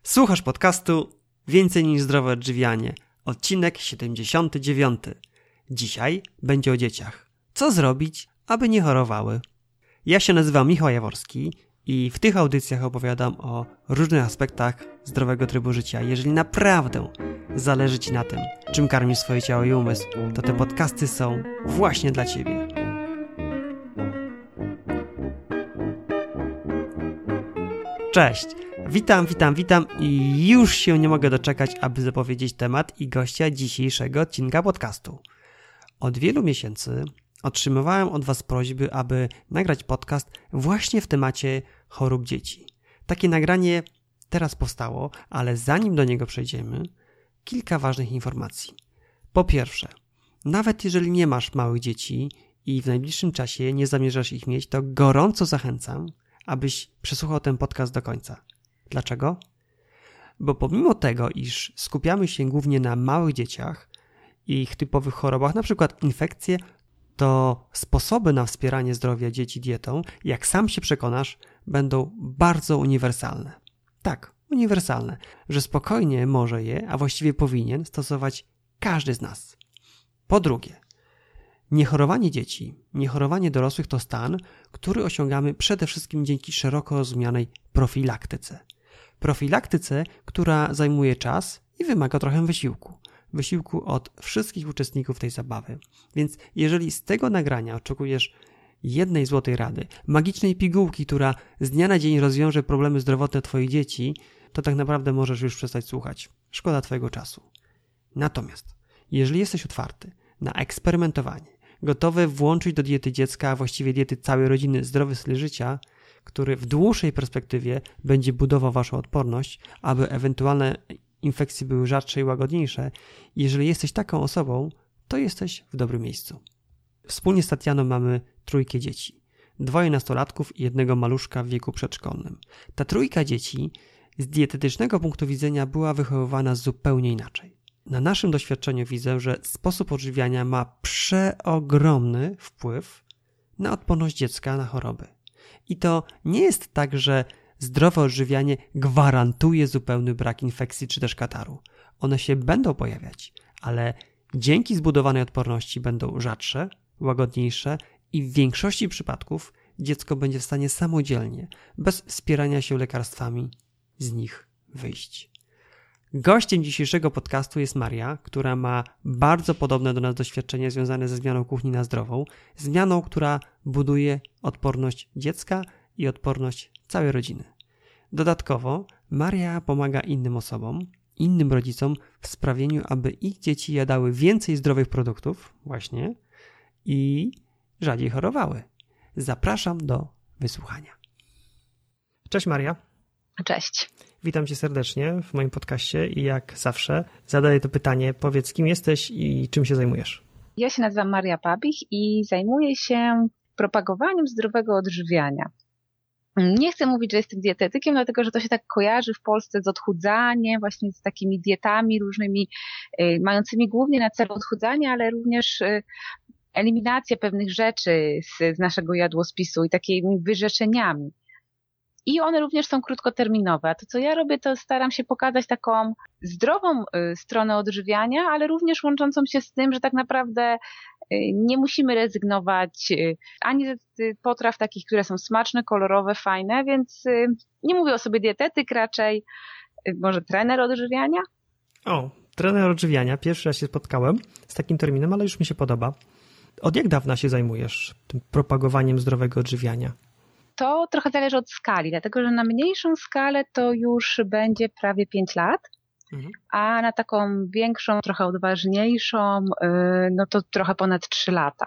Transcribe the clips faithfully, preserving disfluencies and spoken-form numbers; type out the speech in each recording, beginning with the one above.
Słuchasz podcastu Więcej niż zdrowe odżywianie, odcinek siedemdziesiąty dziewiąty. Dzisiaj będzie o dzieciach. Co zrobić, aby nie chorowały? Ja się nazywam Michał Jaworski i w tych audycjach opowiadam o różnych aspektach zdrowego trybu życia. Jeżeli naprawdę zależy Ci na tym, czym karmisz swoje ciało i umysł, to te podcasty są właśnie dla Ciebie. Cześć! Witam, witam, witam i już się nie mogę doczekać, aby zapowiedzieć temat i gościa dzisiejszego odcinka podcastu. Od wielu miesięcy otrzymywałem od Was prośby, aby nagrać podcast właśnie w temacie chorób dzieci. Takie nagranie teraz powstało, ale zanim do niego przejdziemy, kilka ważnych informacji. Po pierwsze, nawet jeżeli nie masz małych dzieci i w najbliższym czasie nie zamierzasz ich mieć, to gorąco zachęcam, abyś przesłuchał ten podcast do końca. Dlaczego? Bo pomimo tego, iż skupiamy się głównie na małych dzieciach i ich typowych chorobach, na przykład infekcje, to sposoby na wspieranie zdrowia dzieci dietą, jak sam się przekonasz, będą bardzo uniwersalne. Tak, uniwersalne, że spokojnie może je, a właściwie powinien stosować każdy z nas. Po drugie, niechorowanie dzieci, niechorowanie dorosłych to stan, który osiągamy przede wszystkim dzięki szeroko rozumianej profilaktyce. Profilaktyce, która zajmuje czas i wymaga trochę wysiłku. Wysiłku od wszystkich uczestników tej zabawy. Więc jeżeli z tego nagrania oczekujesz jednej złotej rady, magicznej pigułki, która z dnia na dzień rozwiąże problemy zdrowotne Twoich dzieci, to tak naprawdę możesz już przestać słuchać. Szkoda Twojego czasu. Natomiast, jeżeli jesteś otwarty na eksperymentowanie, gotowy włączyć do diety dziecka, a właściwie diety całej rodziny zdrowy styl życia, który w dłuższej perspektywie będzie budował Waszą odporność, aby ewentualne infekcje były rzadsze i łagodniejsze, jeżeli jesteś taką osobą, to jesteś w dobrym miejscu. Wspólnie z Tatianą mamy trójkę dzieci. Dwoje nastolatków i jednego maluszka w wieku przedszkolnym. Ta trójka dzieci z dietetycznego punktu widzenia była wychowywana zupełnie inaczej. Na naszym doświadczeniu widzę, że sposób odżywiania ma przeogromny wpływ na odporność dziecka na choroby. I to nie jest tak, że zdrowe odżywianie gwarantuje zupełny brak infekcji czy też kataru. One się będą pojawiać, ale dzięki zbudowanej odporności będą rzadsze, łagodniejsze i w większości przypadków dziecko będzie w stanie samodzielnie, bez wspierania się lekarstwami, z nich wyjść. Gościem dzisiejszego podcastu jest Maria, która ma bardzo podobne do nas doświadczenie związane ze zmianą kuchni na zdrową, zmianą, która buduje odporność dziecka i odporność całej rodziny. Dodatkowo Maria pomaga innym osobom, innym rodzicom w sprawieniu, aby ich dzieci jadały więcej zdrowych produktów właśnie i rzadziej chorowały. Zapraszam do wysłuchania. Cześć Maria. Cześć. Witam Cię serdecznie w moim podcaście i jak zawsze zadaję to pytanie, powiedz kim jesteś i czym się zajmujesz. Ja się nazywam Maria Pabich i zajmuję się propagowaniem zdrowego odżywiania. Nie chcę mówić, że jestem dietetykiem, dlatego że to się tak kojarzy w Polsce z odchudzaniem, właśnie z takimi dietami różnymi, y, mającymi głównie na celu odchudzanie, ale również y, eliminację pewnych rzeczy z, z naszego jadłospisu i takimi wyrzeczeniami. I one również są krótkoterminowe. A to, co ja robię, to staram się pokazać taką zdrową y, stronę odżywiania, ale również łączącą się z tym, że tak naprawdę y, nie musimy rezygnować y, ani z y, potraw takich, które są smaczne, kolorowe, fajne, więc y, nie mówię o sobie dietetyk, raczej y, może trener odżywiania. O, trener odżywiania. Pierwszy raz się spotkałem z takim terminem, ale już mi się podoba. Od jak dawna się zajmujesz tym propagowaniem zdrowego odżywiania? To trochę zależy od skali, dlatego że na mniejszą skalę to już będzie prawie pięć lat, mhm. a na taką większą, trochę odważniejszą, no to trochę ponad trzy lata.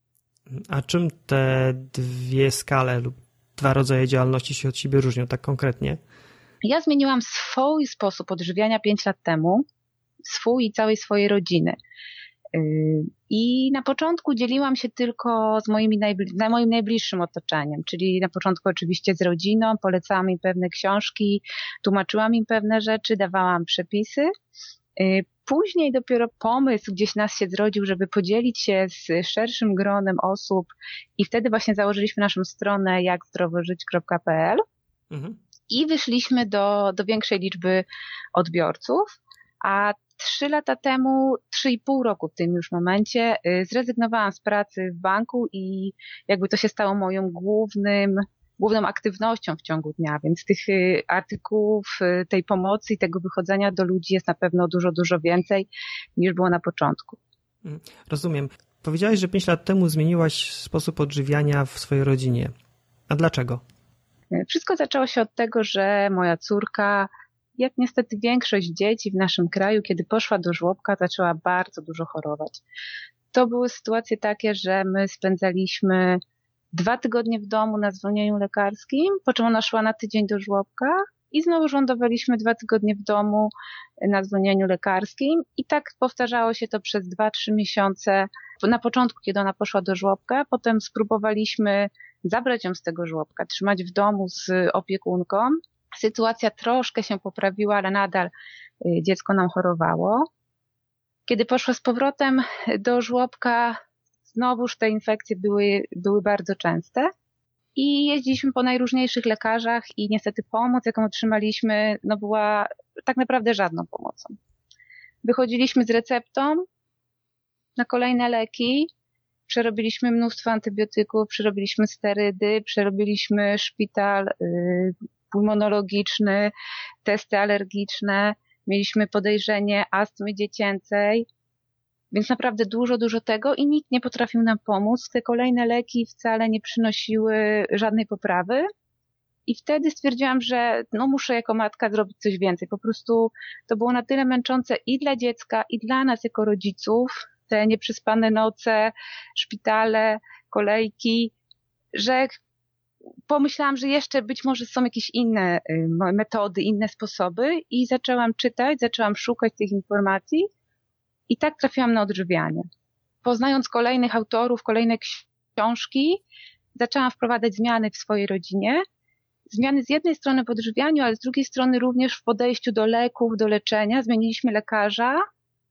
A czym te dwie skale lub dwa rodzaje działalności się od siebie różnią tak konkretnie? Ja zmieniłam swój sposób odżywiania pięć lat temu, swój i całej swojej rodziny. I na początku dzieliłam się tylko z moimi najbli- moim najbliższym otoczeniem, czyli na początku oczywiście z rodziną, polecałam im pewne książki, tłumaczyłam im pewne rzeczy, dawałam przepisy. Później dopiero pomysł gdzieś nas się zrodził, żeby podzielić się z szerszym gronem osób i wtedy właśnie założyliśmy naszą stronę jak zdrowo żyć kropka p l. Mhm. i wyszliśmy do, do większej liczby odbiorców, a trzy lata temu, trzy i pół roku w tym już momencie zrezygnowałam z pracy w banku i jakby to się stało moją głównym, główną aktywnością w ciągu dnia, więc tych artykułów, tej pomocy i tego wychodzenia do ludzi jest na pewno dużo, dużo więcej niż było na początku. Rozumiem. Powiedziałaś, że pięć lat temu zmieniłaś sposób odżywiania w swojej rodzinie. A dlaczego? Wszystko zaczęło się od tego, że moja córka, jak niestety większość dzieci w naszym kraju, kiedy poszła do żłobka, zaczęła bardzo dużo chorować. To były sytuacje takie, że my spędzaliśmy dwa tygodnie w domu na zwolnieniu lekarskim, po czym ona szła na tydzień do żłobka i znowu żądowaliśmy dwa tygodnie w domu na zwolnieniu lekarskim i tak powtarzało się to przez dwa, trzy miesiące. Na początku, kiedy ona poszła do żłobka, potem spróbowaliśmy zabrać ją z tego żłobka, trzymać w domu z opiekunką. Sytuacja troszkę się poprawiła, ale nadal dziecko nam chorowało. Kiedy poszła z powrotem do żłobka, znowuż te infekcje były, były bardzo częste i jeździliśmy po najróżniejszych lekarzach i niestety pomoc, jaką otrzymaliśmy, no była tak naprawdę żadną pomocą. Wychodziliśmy z receptą na kolejne leki, przerobiliśmy mnóstwo antybiotyków, przerobiliśmy sterydy, przerobiliśmy szpital yy, pulmonologiczny, testy alergiczne, mieliśmy podejrzenie astmy dziecięcej, więc naprawdę dużo, dużo tego i nikt nie potrafił nam pomóc. Te kolejne leki wcale nie przynosiły żadnej poprawy i wtedy stwierdziłam, że no muszę jako matka zrobić coś więcej. Po prostu to było na tyle męczące i dla dziecka, i dla nas jako rodziców, te nieprzespane noce, szpitale, kolejki, że pomyślałam, że jeszcze być może są jakieś inne metody, inne sposoby i zaczęłam czytać, zaczęłam szukać tych informacji i tak trafiłam na odżywianie. Poznając kolejnych autorów, kolejne książki, zaczęłam wprowadzać zmiany w swojej rodzinie. Zmiany z jednej strony w odżywianiu, ale z drugiej strony również w podejściu do leków, do leczenia. Zmieniliśmy lekarza,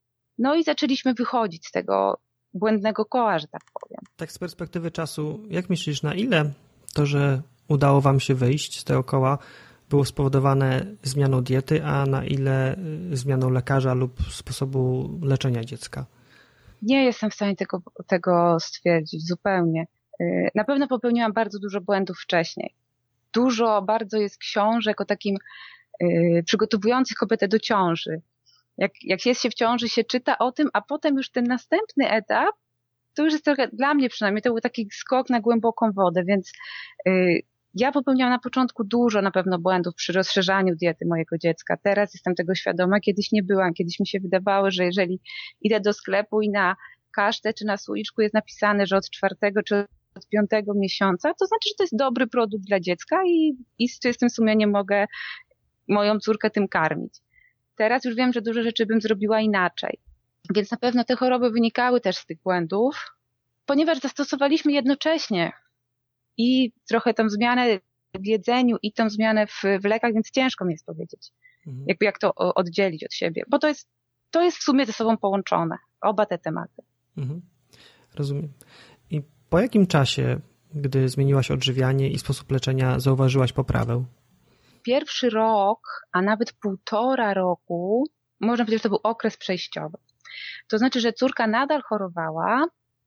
no i zaczęliśmy wychodzić z tego błędnego koła, że tak powiem. Tak z perspektywy czasu, jak myślisz, na ile to, że udało wam się wyjść z tego koła, było spowodowane zmianą diety, a na ile zmianą lekarza lub sposobu leczenia dziecka? Nie jestem w stanie tego, tego stwierdzić zupełnie. Na pewno popełniłam bardzo dużo błędów wcześniej. Dużo bardzo jest książek o takim yy, przygotowujących kobietę do ciąży. Jak, jak jest się w ciąży, się czyta o tym, a potem już ten następny etap, to już jest trochę, dla mnie przynajmniej, to był taki skok na głęboką wodę, więc yy, ja popełniałam na początku dużo na pewno błędów przy rozszerzaniu diety mojego dziecka. Teraz jestem tego świadoma, kiedyś nie byłam. Kiedyś mi się wydawało, że jeżeli idę do sklepu i na kasztę czy na słoiczku jest napisane, że od czwartego czy od piątego miesiąca, to znaczy, że to jest dobry produkt dla dziecka i, i z czystym sumieniem mogę moją córkę tym karmić. Teraz już wiem, że dużo rzeczy bym zrobiła inaczej. Więc na pewno te choroby wynikały też z tych błędów, ponieważ zastosowaliśmy jednocześnie i trochę tą zmianę w jedzeniu i tą zmianę w, w lekach, więc ciężko mi jest powiedzieć, mhm. jakby jak to oddzielić od siebie, bo to jest, to jest w sumie ze sobą połączone, oba te tematy. Mhm. Rozumiem. I po jakim czasie, gdy zmieniłaś odżywianie i sposób leczenia, zauważyłaś poprawę? Pierwszy rok, a nawet półtora roku, można powiedzieć, że to był okres przejściowy. To znaczy, że córka nadal chorowała,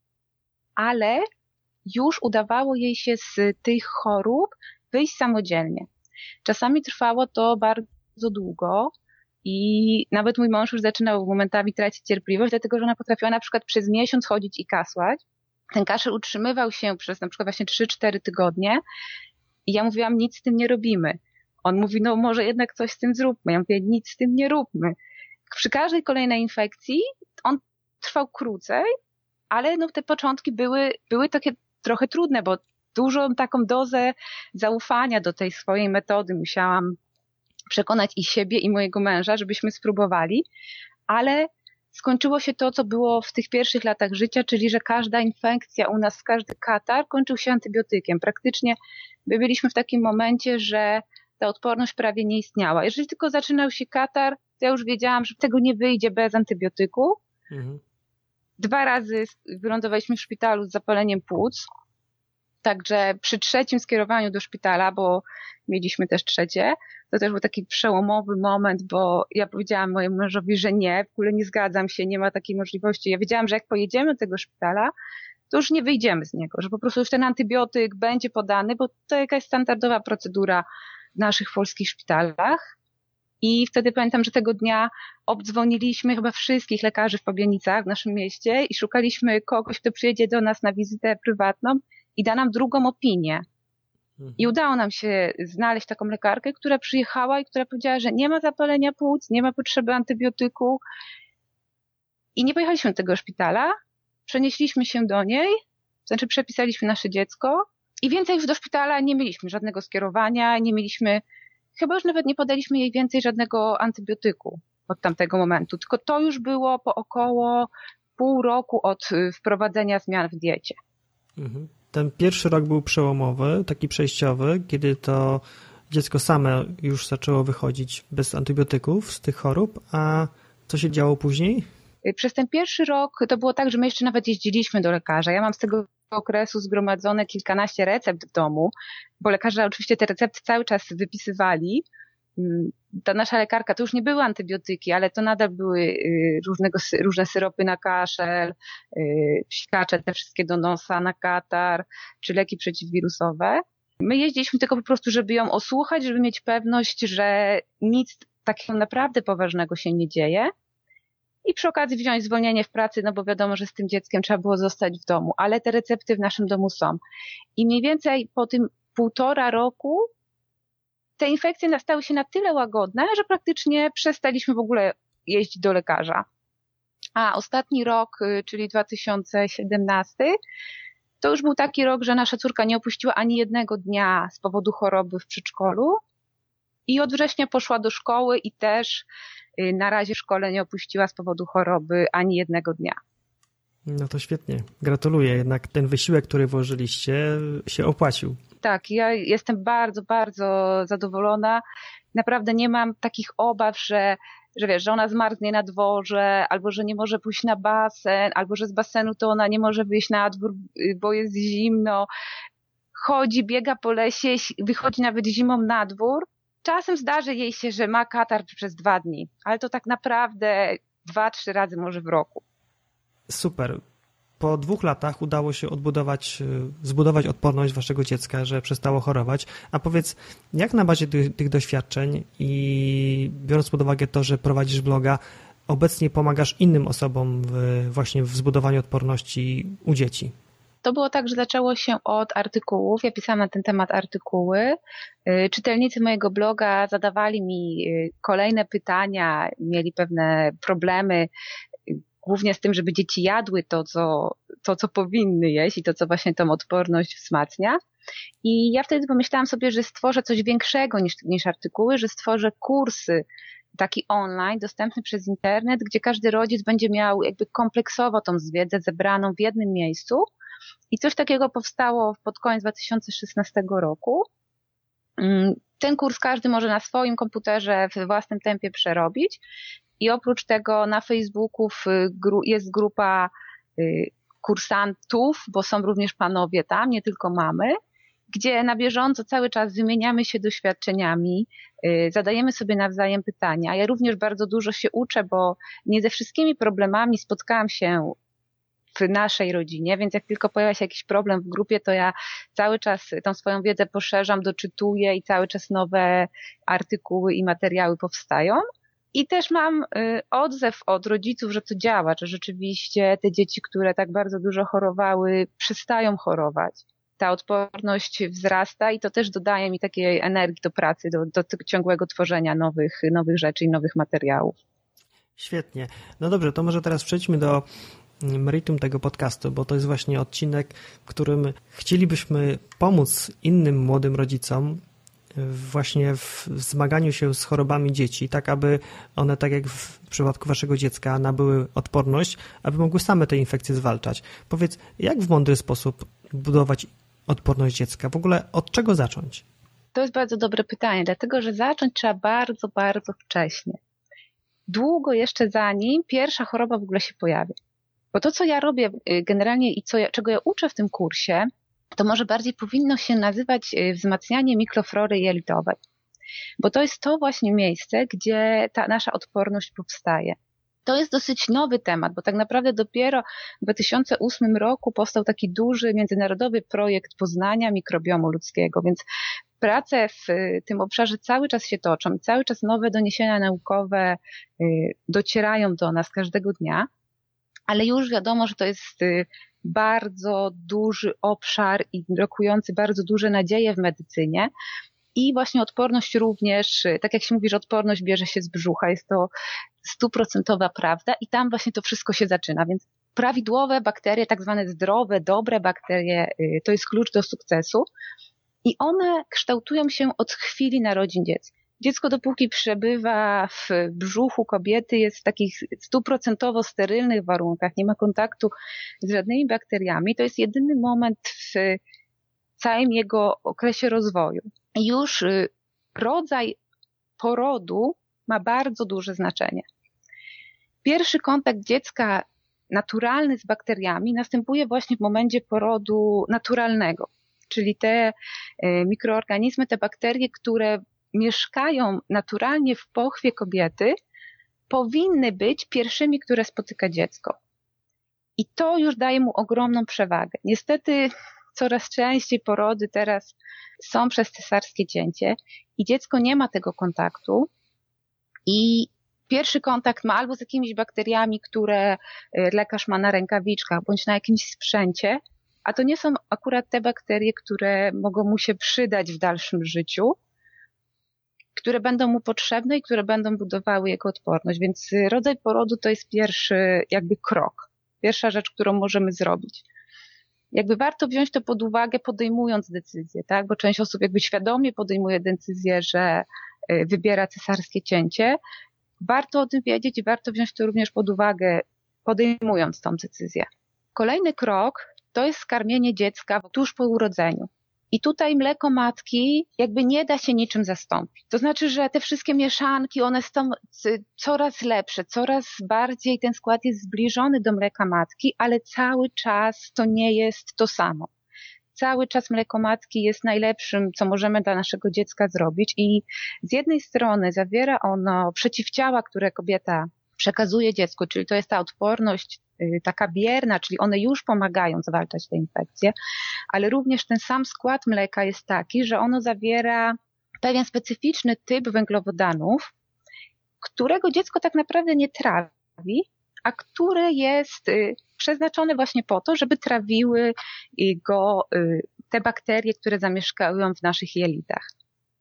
ale już udawało jej się z tych chorób wyjść samodzielnie. Czasami trwało to bardzo długo i nawet mój mąż już zaczynał momentami tracić cierpliwość, dlatego że ona potrafiła na przykład przez miesiąc chodzić i kasłać. Ten kaszel utrzymywał się przez na przykład właśnie trzy cztery tygodnie i ja mówiłam, nic z tym nie robimy. On mówi, no może jednak coś z tym zróbmy. Ja mówię, nic z tym nie róbmy. Przy każdej kolejnej infekcji on trwał krócej, ale no te początki były, były takie trochę trudne, bo dużą taką dozę zaufania do tej swojej metody musiałam przekonać i siebie, i mojego męża, żebyśmy spróbowali, ale skończyło się to, co było w tych pierwszych latach życia, czyli że każda infekcja u nas, każdy katar kończył się antybiotykiem. Praktycznie my byliśmy w takim momencie, że ta odporność prawie nie istniała. Jeżeli tylko zaczynał się katar, to ja już wiedziałam, że tego nie wyjdzie bez antybiotyku. Mhm. Dwa razy wylądowaliśmy w szpitalu z zapaleniem płuc Także przy trzecim skierowaniu do szpitala, bo mieliśmy też trzecie, to też był taki przełomowy moment, bo ja powiedziałam mojemu mężowi, że nie, w ogóle nie zgadzam się, nie ma takiej możliwości. Ja wiedziałam, że jak pojedziemy do tego szpitala, to już nie wyjdziemy z niego, że po prostu już ten antybiotyk będzie podany, bo to jakaś standardowa procedura w naszych polskich szpitalach. I wtedy pamiętam, że tego dnia obdzwoniliśmy chyba wszystkich lekarzy w Pabianicach w naszym mieście i szukaliśmy kogoś, kto przyjedzie do nas na wizytę prywatną i da nam drugą opinię. I udało nam się znaleźć taką lekarkę, która przyjechała i która powiedziała, że nie ma zapalenia płuc, nie ma potrzeby antybiotyku. I nie pojechaliśmy do tego szpitala, przenieśliśmy się do niej, znaczy przepisaliśmy nasze dziecko i więcej już do szpitala nie mieliśmy żadnego skierowania, nie mieliśmy, chyba już nawet nie podaliśmy jej więcej żadnego antybiotyku od tamtego momentu, tylko to już było po około pół roku od wprowadzenia zmian w diecie. Mhm. Ten pierwszy rok był przełomowy, taki przejściowy, kiedy to dziecko same już zaczęło wychodzić bez antybiotyków z tych chorób, a co się działo później? Przez ten pierwszy rok to było tak, że my jeszcze nawet jeździliśmy do lekarza. Ja mam z tego okresu zgromadzone kilkanaście recept w domu, bo lekarze oczywiście te recepty cały czas wypisywali. Ta nasza lekarka to już nie były antybiotyki, ale to nadal były różnego, różne syropy na kaszel, psikacze te wszystkie do nosa, na katar, czy leki przeciwwirusowe. My jeździliśmy tylko po prostu, żeby ją osłuchać, żeby mieć pewność, że nic takiego naprawdę poważnego się nie dzieje. I przy okazji wziąć zwolnienie w pracy, no bo wiadomo, że z tym dzieckiem trzeba było zostać w domu, ale te recepty w naszym domu są. I mniej więcej po tym półtora roku te infekcje nastały się na tyle łagodne, że praktycznie przestaliśmy w ogóle jeździć do lekarza. A ostatni rok, czyli dwa tysiące siedemnasty, to już był taki rok, że nasza córka nie opuściła ani jednego dnia z powodu choroby w przedszkolu i od września poszła do szkoły i też na razie w szkole nie opuściła z powodu choroby ani jednego dnia. No to świetnie. Gratuluję. Jednak ten wysiłek, który włożyliście, się opłacił. Tak, ja jestem bardzo, bardzo zadowolona. Naprawdę nie mam takich obaw, że, że wiesz, że ona zmarznie na dworze, albo że nie może pójść na basen, albo że z basenu to ona nie może wyjść na dwór, bo jest zimno. Chodzi, biega po lesie, wychodzi nawet zimą na dwór. Czasem zdarzy jej się, że ma katar przez dwa dni, ale to tak naprawdę dwa, trzy razy może w roku. Super. Po dwóch latach udało się odbudować, zbudować odporność waszego dziecka, że przestało chorować. A powiedz, jak na bazie tych, tych doświadczeń i biorąc pod uwagę to, że prowadzisz bloga, obecnie pomagasz innym osobom w, właśnie w zbudowaniu odporności u dzieci? To było tak, że zaczęło się od artykułów. Ja pisałam na ten temat artykuły. Czytelnicy mojego bloga zadawali mi kolejne pytania, mieli pewne problemy, głównie z tym, żeby dzieci jadły to, co, to, co powinny jeść i to, co właśnie tą odporność wzmacnia. I ja wtedy pomyślałam sobie, że stworzę coś większego niż, niż artykuły, że stworzę kursy taki online, dostępny przez internet, gdzie każdy rodzic będzie miał jakby kompleksowo tą wiedzę zebraną w jednym miejscu. I coś takiego powstało pod koniec dwa tysiące szesnastego roku. Ten kurs każdy może na swoim komputerze w własnym tempie przerobić. I oprócz tego na Facebooku jest grupa kursantów, bo są również panowie tam, nie tylko mamy, gdzie na bieżąco cały czas wymieniamy się doświadczeniami, zadajemy sobie nawzajem pytania. Ja również bardzo dużo się uczę, bo nie ze wszystkimi problemami spotkałam się w naszej rodzinie, więc jak tylko pojawia się jakiś problem w grupie, to ja cały czas tą swoją wiedzę poszerzam, doczytuję i cały czas nowe artykuły i materiały powstają. I też mam odzew od rodziców, że to działa, że rzeczywiście te dzieci, które tak bardzo dużo chorowały, przestają chorować. Ta odporność wzrasta i to też dodaje mi takiej energii do pracy, do, do ciągłego tworzenia nowych, nowych rzeczy i nowych materiałów. Świetnie. No dobrze, to może teraz przejdźmy do meritum tego podcastu, bo to jest właśnie odcinek, w którym chcielibyśmy pomóc innym młodym rodzicom właśnie w zmaganiu się z chorobami dzieci, tak aby one, tak jak w przypadku waszego dziecka, nabyły odporność, aby mogły same te infekcje zwalczać. Powiedz, jak w mądry sposób budować odporność dziecka? W ogóle od czego zacząć? To jest bardzo dobre pytanie, dlatego że zacząć trzeba bardzo, bardzo wcześnie. Długo jeszcze zanim pierwsza choroba w ogóle się pojawi. Bo to, co ja robię generalnie i co ja, czego ja uczę w tym kursie, to może bardziej powinno się nazywać wzmacnianie mikroflory jelitowej. Bo to jest to właśnie miejsce, gdzie ta nasza odporność powstaje. To jest dosyć nowy temat, bo tak naprawdę dopiero w dwa tysiące ósmym roku powstał taki duży międzynarodowy projekt poznania mikrobiomu ludzkiego, więc prace w tym obszarze cały czas się toczą, cały czas nowe doniesienia naukowe docierają do nas każdego dnia, ale już wiadomo, że to jest bardzo duży obszar i rokujący bardzo duże nadzieje w medycynie. I właśnie odporność również, tak jak się mówi, że odporność bierze się z brzucha, jest to stuprocentowa prawda i tam właśnie to wszystko się zaczyna, więc prawidłowe bakterie, tak zwane zdrowe, dobre bakterie, to jest klucz do sukcesu i one kształtują się od chwili narodzin dziecka. Dziecko dopóki przebywa w brzuchu kobiety jest w takich stuprocentowo sterylnych warunkach, nie ma kontaktu z żadnymi bakteriami, to jest jedyny moment w całym jego okresie rozwoju. Już rodzaj porodu ma bardzo duże znaczenie. Pierwszy kontakt dziecka naturalny z bakteriami następuje właśnie w momencie porodu naturalnego, czyli te mikroorganizmy, te bakterie, które mieszkają naturalnie w pochwie kobiety, powinny być pierwszymi, które spotyka dziecko. I to już daje mu ogromną przewagę. Niestety coraz częściej porody teraz są przez cesarskie cięcie i dziecko nie ma tego kontaktu i pierwszy kontakt ma albo z jakimiś bakteriami, które lekarz ma na rękawiczkach bądź na jakimś sprzęcie, a to nie są akurat te bakterie, które mogą mu się przydać w dalszym życiu, które będą mu potrzebne i które będą budowały jego odporność. Więc rodzaj porodu to jest pierwszy jakby krok, pierwsza rzecz, którą możemy zrobić. Jakby warto wziąć to pod uwagę, podejmując decyzję, tak? Bo część osób jakby świadomie podejmuje decyzję, że wybiera cesarskie cięcie. Warto o tym wiedzieć i warto wziąć to również pod uwagę, podejmując tą decyzję. Kolejny krok to jest skarmienie dziecka tuż po urodzeniu. I tutaj mleko matki jakby nie da się niczym zastąpić. To znaczy, że te wszystkie mieszanki, one są coraz lepsze, coraz bardziej ten skład jest zbliżony do mleka matki, ale cały czas to nie jest to samo. Cały czas mleko matki jest najlepszym, co możemy dla naszego dziecka zrobić i z jednej strony zawiera ono przeciwciała, które kobieta przekazuje dziecku, czyli to jest ta odporność taka bierna, czyli one już pomagają zwalczać te infekcje, ale również ten sam skład mleka jest taki, że ono zawiera pewien specyficzny typ węglowodanów, którego dziecko tak naprawdę nie trawi, a które jest przeznaczone właśnie po to, żeby trawiły go te bakterie, które zamieszkują w naszych jelitach.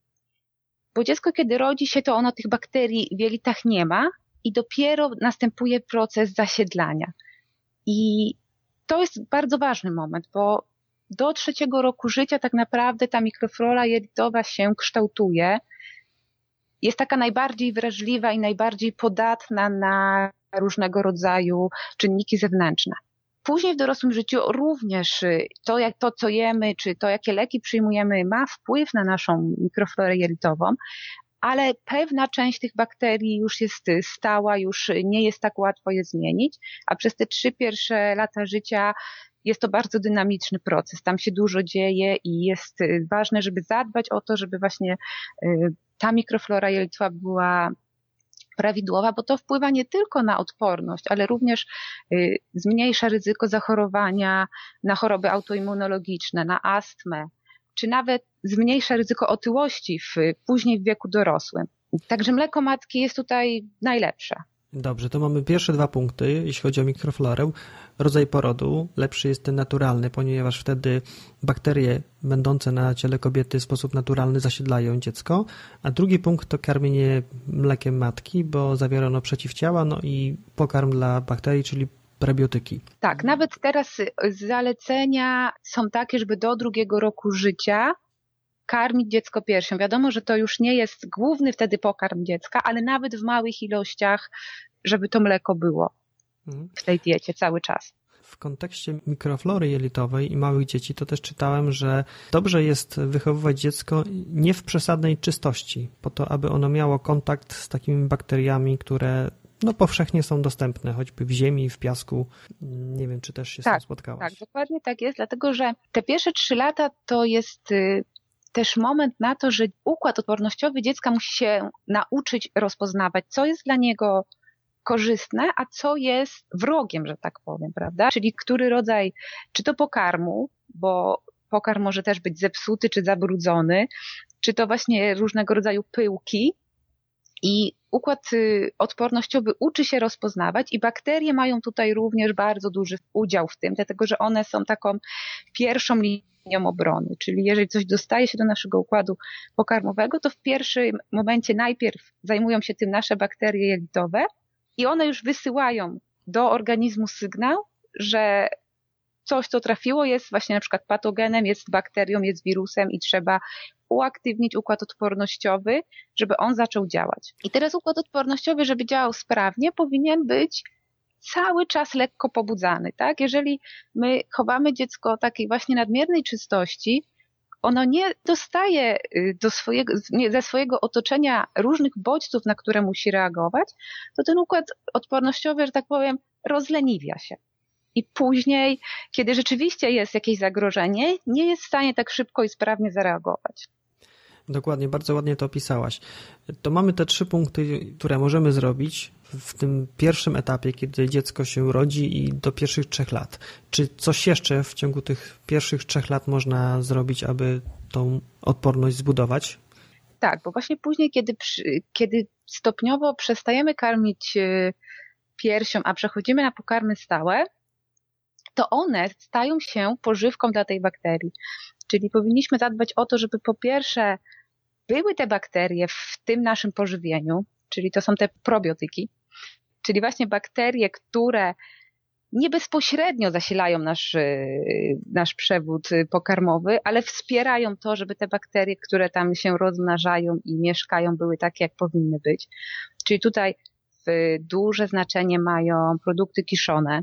Bo dziecko, kiedy rodzi się, to ono tych bakterii w jelitach nie ma i dopiero następuje proces zasiedlania. I to jest bardzo ważny moment, bo do trzeciego roku życia tak naprawdę ta mikroflora jelitowa się kształtuje. Jest taka najbardziej wrażliwa i najbardziej podatna na różnego rodzaju czynniki zewnętrzne. Później w dorosłym życiu również to, jak to, co jemy, czy to, jakie leki przyjmujemy, ma wpływ na naszą mikroflorę jelitową, ale pewna część tych bakterii już jest stała, już nie jest tak łatwo je zmienić, a przez te trzy pierwsze lata życia jest to bardzo dynamiczny proces. Tam się dużo dzieje i jest ważne, żeby zadbać o to, żeby właśnie ta mikroflora jelitowa była prawidłowa, bo to wpływa nie tylko na odporność, ale również zmniejsza ryzyko zachorowania na choroby autoimmunologiczne, na astmę, czy nawet zmniejsza ryzyko otyłości w, później w wieku dorosłym. Także mleko matki jest tutaj najlepsze. Dobrze, to mamy pierwsze dwa punkty, jeśli chodzi o mikroflorę. Rodzaj porodu, lepszy jest ten naturalny, ponieważ wtedy bakterie będące na ciele kobiety w sposób naturalny zasiedlają dziecko, a drugi punkt to karmienie mlekiem matki, bo zawiera ono przeciwciała, no i pokarm dla bakterii, czyli prebiotyki. Tak, nawet teraz zalecenia są takie, żeby do drugiego roku życia karmić dziecko piersią. Wiadomo, że to już nie jest główny wtedy pokarm dziecka, ale nawet w małych ilościach, żeby to mleko było w tej diecie cały czas. W kontekście mikroflory jelitowej i małych dzieci to też czytałem, że dobrze jest wychowywać dziecko nie w przesadnej czystości, po to, aby ono miało kontakt z takimi bakteriami, które no, powszechnie są dostępne, choćby w ziemi, w piasku. Nie wiem, czy też się tak, z tym spotkałaś. Tak, dokładnie tak jest, dlatego że te pierwsze trzy lata to jest y, też moment na to, że układ odpornościowy dziecka musi się nauczyć rozpoznawać, co jest dla niego korzystne, a co jest wrogiem, że tak powiem, prawda? Czyli który rodzaj, czy to pokarmu, bo pokarm może też być zepsuty czy zabrudzony, czy to właśnie różnego rodzaju pyłki. I układ odpornościowy uczy się rozpoznawać i bakterie mają tutaj również bardzo duży udział w tym, dlatego że one są taką pierwszą linią obrony. Czyli jeżeli coś dostaje się do naszego układu pokarmowego, to w pierwszym momencie najpierw zajmują się tym nasze bakterie jelitowe i one już wysyłają do organizmu sygnał, że coś, co trafiło, jest właśnie na przykład patogenem, jest bakterią, jest wirusem i trzeba uaktywnić układ odpornościowy, żeby on zaczął działać. I teraz układ odpornościowy, żeby działał sprawnie, powinien być cały czas lekko pobudzany, tak? Jeżeli my chowamy dziecko takiej właśnie nadmiernej czystości, ono nie dostaje do swojego, nie, ze swojego otoczenia różnych bodźców, na które musi reagować, to ten układ odpornościowy, że tak powiem, rozleniwia się. I później, kiedy rzeczywiście jest jakieś zagrożenie, nie jest w stanie tak szybko i sprawnie zareagować. Dokładnie, bardzo ładnie to opisałaś. To mamy te trzy punkty, które możemy zrobić w tym pierwszym etapie, kiedy dziecko się rodzi i do pierwszych trzech lat. Czy coś jeszcze w ciągu tych pierwszych trzech lat można zrobić, aby tą odporność zbudować? Tak, bo właśnie później, kiedy, kiedy stopniowo przestajemy karmić piersią, a przechodzimy na pokarmy stałe, to one stają się pożywką dla tej bakterii. Czyli powinniśmy zadbać o to, żeby po pierwsze były te bakterie w tym naszym pożywieniu, czyli to są te probiotyki, czyli właśnie bakterie, które nie bezpośrednio zasilają nasz, nasz przewód pokarmowy, ale wspierają to, żeby te bakterie, które tam się rozmnażają i mieszkają, były takie, jak powinny być. Czyli tutaj duże znaczenie mają produkty kiszone.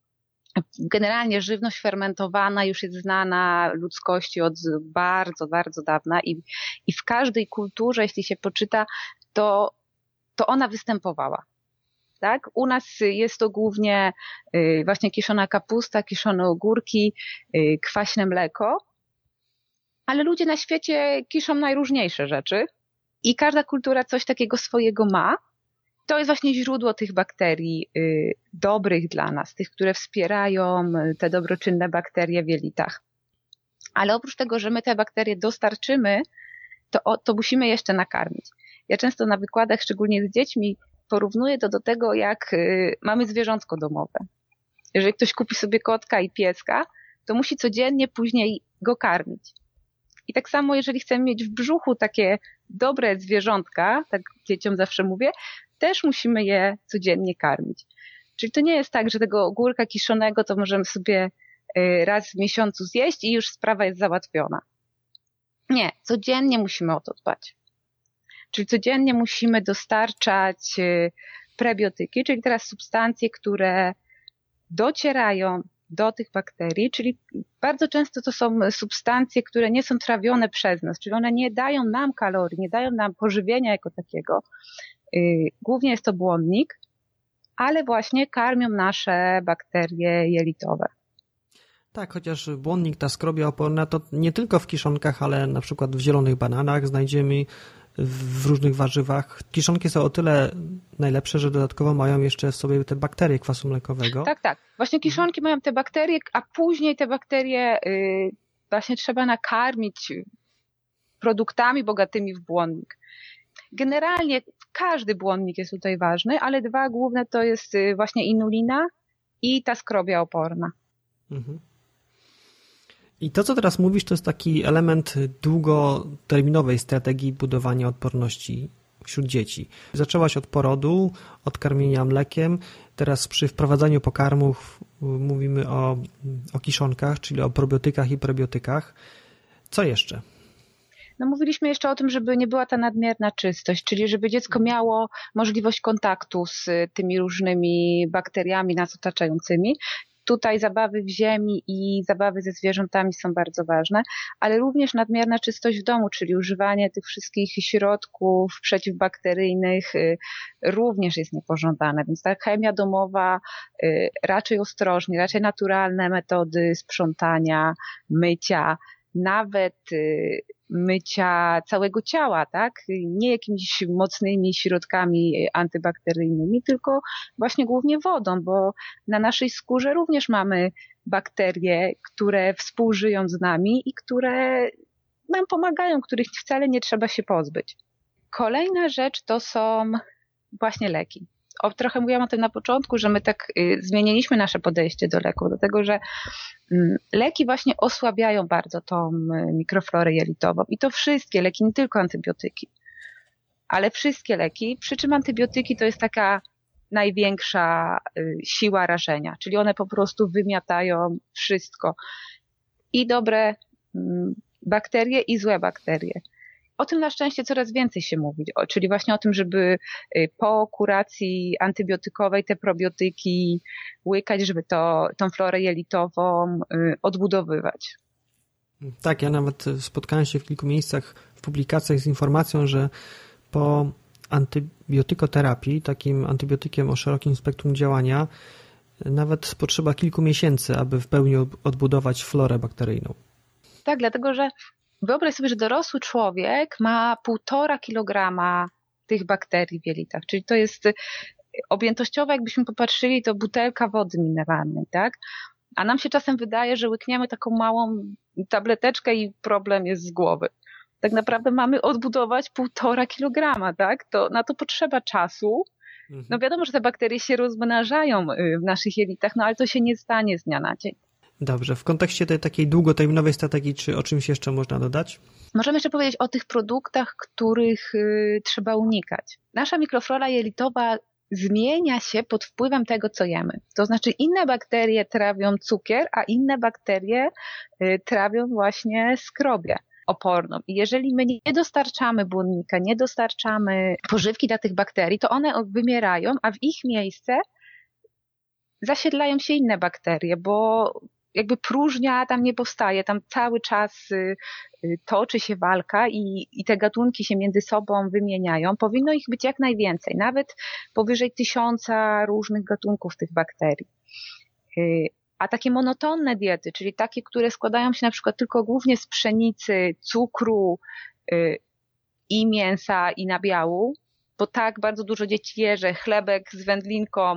Generalnie żywność fermentowana już jest znana ludzkości od bardzo, bardzo dawna i, i w każdej kulturze, jeśli się poczyta, to, to ona występowała. Tak? U nas jest to głównie y, właśnie kiszona kapusta, kiszone ogórki, y, kwaśne mleko, ale ludzie na świecie kiszą najróżniejsze rzeczy i każda kultura coś takiego swojego ma. To jest właśnie źródło tych bakterii y, dobrych dla nas, tych, które wspierają te dobroczynne bakterie w jelitach. Ale oprócz tego, że my te bakterie dostarczymy, to, o, to musimy jeszcze nakarmić. Ja często na wykładach, szczególnie z dziećmi, porównuję to do tego, jak y, mamy zwierzątko domowe. Jeżeli ktoś kupi sobie kotka i pieska, to musi codziennie później go karmić. I tak samo, jeżeli chcemy mieć w brzuchu takie dobre zwierzątka, tak dzieciom zawsze mówię, też musimy je codziennie karmić. Czyli to nie jest tak, że tego ogórka kiszonego to możemy sobie raz w miesiącu zjeść i już sprawa jest załatwiona. Nie, codziennie musimy o to dbać. Czyli codziennie musimy dostarczać prebiotyki, czyli teraz substancje, które docierają do tych bakterii, czyli bardzo często to są substancje, które nie są trawione przez nas, czyli one nie dają nam kalorii, nie dają nam pożywienia jako takiego. Głównie jest to błonnik, ale właśnie karmią nasze bakterie jelitowe. Tak, chociaż błonnik, ta skrobia oporna to nie tylko w kiszonkach, ale na przykład w zielonych bananach znajdziemy, w różnych warzywach. Kiszonki są o tyle najlepsze, że dodatkowo mają jeszcze w sobie te bakterie kwasu mlekowego. Tak, tak. Właśnie kiszonki mają te bakterie, a później te bakterie yy, właśnie trzeba nakarmić produktami bogatymi w błonnik. Generalnie każdy błonnik jest tutaj ważny, ale dwa główne to jest właśnie inulina i ta skrobia oporna. Mhm. I to, co teraz mówisz, to jest taki element długoterminowej strategii budowania odporności wśród dzieci. Zaczęłaś od porodu, od karmienia mlekiem. Teraz przy wprowadzaniu pokarmów mówimy o, o kiszonkach, czyli o probiotykach i prebiotykach. Co jeszcze? No mówiliśmy jeszcze o tym, żeby nie była ta nadmierna czystość, czyli żeby dziecko miało możliwość kontaktu z tymi różnymi bakteriami nas otaczającymi. tutaj zabawy w ziemi i zabawy ze zwierzętami są bardzo ważne, ale również nadmierna czystość w domu, czyli używanie tych wszystkich środków przeciwbakteryjnych również jest niepożądane, więc ta chemia domowa raczej ostrożnie, raczej naturalne metody sprzątania, mycia, nawet mycia całego ciała, tak? Nie jakimiś mocnymi środkami antybakteryjnymi, tylko właśnie głównie wodą, bo na naszej skórze również mamy bakterie, które współżyją z nami i które nam pomagają, których wcale nie trzeba się pozbyć. Kolejna rzecz to są właśnie leki. O, trochę mówiłam o tym na początku, że my tak y, zmieniliśmy nasze podejście do leków, dlatego że y, leki właśnie osłabiają bardzo tą y, mikroflorę jelitową i to wszystkie leki, nie tylko antybiotyki, ale wszystkie leki, przy czym antybiotyki to jest taka największa y, siła rażenia, czyli one po prostu wymiatają wszystko i dobre y, bakterie i złe bakterie. O tym na szczęście coraz więcej się mówi, czyli właśnie o tym, żeby po kuracji antybiotykowej te probiotyki łykać, żeby to, tą florę jelitową odbudowywać. Tak, ja nawet spotkałem się w kilku miejscach w publikacjach z informacją, że po antybiotykoterapii, takim antybiotykiem o szerokim spektrum działania, nawet potrzeba kilku miesięcy, aby w pełni odbudować florę bakteryjną. Tak, dlatego że wyobraź sobie, że dorosły człowiek ma półtora kilograma tych bakterii w jelitach, czyli to jest objętościowo, jakbyśmy popatrzyli, to butelka wody mineralnej, tak? A nam się czasem wydaje, że łykniemy taką małą tableteczkę i problem jest z głowy. Tak naprawdę mamy odbudować półtora kilograma, tak? To, na to potrzeba czasu. No wiadomo, że te bakterie się rozmnażają w naszych jelitach, no ale to się nie stanie z dnia na dzień. Dobrze, w kontekście tej takiej długoterminowej strategii, czy o czymś jeszcze można dodać? Możemy jeszcze powiedzieć o tych produktach, których y, trzeba unikać. Nasza mikroflora jelitowa zmienia się pod wpływem tego, co jemy. To znaczy inne bakterie trawią cukier, a inne bakterie y, trawią właśnie skrobię oporną. I jeżeli my nie dostarczamy błonnika, nie dostarczamy pożywki dla tych bakterii, to one wymierają, a w ich miejsce zasiedlają się inne bakterie, bo jakby próżnia tam nie powstaje, tam cały czas toczy się walka i, i te gatunki się między sobą wymieniają. Powinno ich być jak najwięcej, nawet powyżej tysiąca różnych gatunków tych bakterii. A takie monotonne diety, czyli takie, które składają się na przykład tylko głównie z pszenicy, cukru i mięsa i nabiału, bo tak bardzo dużo dzieci je, że chlebek z wędlinką,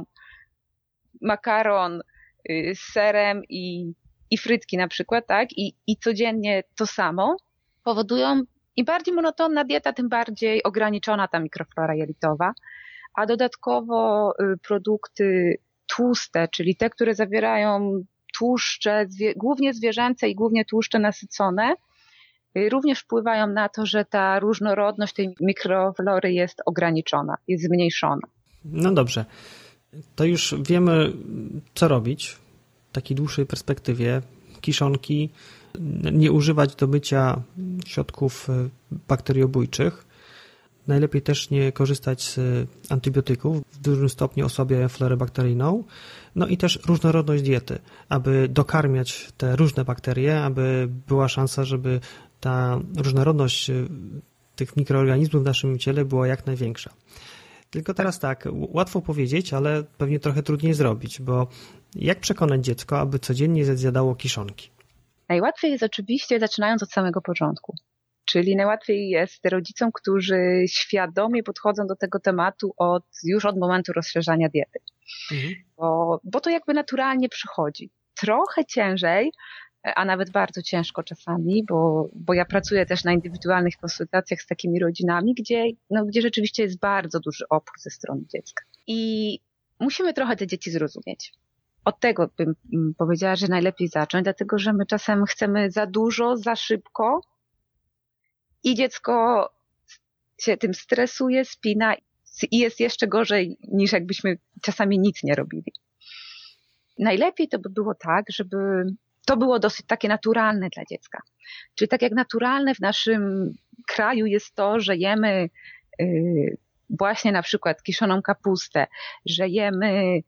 makaron z serem i, i frytki na przykład, tak? I, i codziennie to samo powodują im bardziej monotonna dieta, tym bardziej ograniczona ta mikroflora jelitowa, a dodatkowo produkty tłuste, czyli te, które zawierają tłuszcze, zwie, głównie zwierzęce i głównie tłuszcze nasycone, również wpływają na to, że ta różnorodność tej mikroflory jest ograniczona, jest zmniejszona. No dobrze. To już wiemy, co robić w takiej dłuższej perspektywie. Kiszonki, nie używać do mycia środków bakteriobójczych. Najlepiej też nie korzystać z antybiotyków, w dużym stopniu osłabiają florę bakteryjną. No i też różnorodność diety, aby dokarmiać te różne bakterie, aby była szansa, żeby ta różnorodność tych mikroorganizmów w naszym ciele była jak największa. Tylko teraz tak, łatwo powiedzieć, ale pewnie trochę trudniej zrobić, bo jak przekonać dziecko, aby codziennie zjadało kiszonki? Najłatwiej jest oczywiście zaczynając od samego początku. Czyli najłatwiej jest rodzicom, którzy świadomie podchodzą do tego tematu od, już od momentu rozszerzania diety. Mhm. Bo, bo to jakby naturalnie przychodzi. Trochę ciężej, a nawet bardzo ciężko czasami, bo, bo ja pracuję też na indywidualnych konsultacjach z takimi rodzinami, gdzie, no, gdzie rzeczywiście jest bardzo duży opór ze strony dziecka. I musimy trochę te dzieci zrozumieć. Od tego bym powiedziała, że najlepiej zacząć, dlatego że my czasem chcemy za dużo, za szybko i dziecko się tym stresuje, spina i jest jeszcze gorzej niż jakbyśmy czasami nic nie robili. Najlepiej to by było tak, żeby to było dosyć takie naturalne dla dziecka. Czyli tak jak naturalne w naszym kraju jest to, że jemy właśnie na przykład kiszoną kapustę, że jemy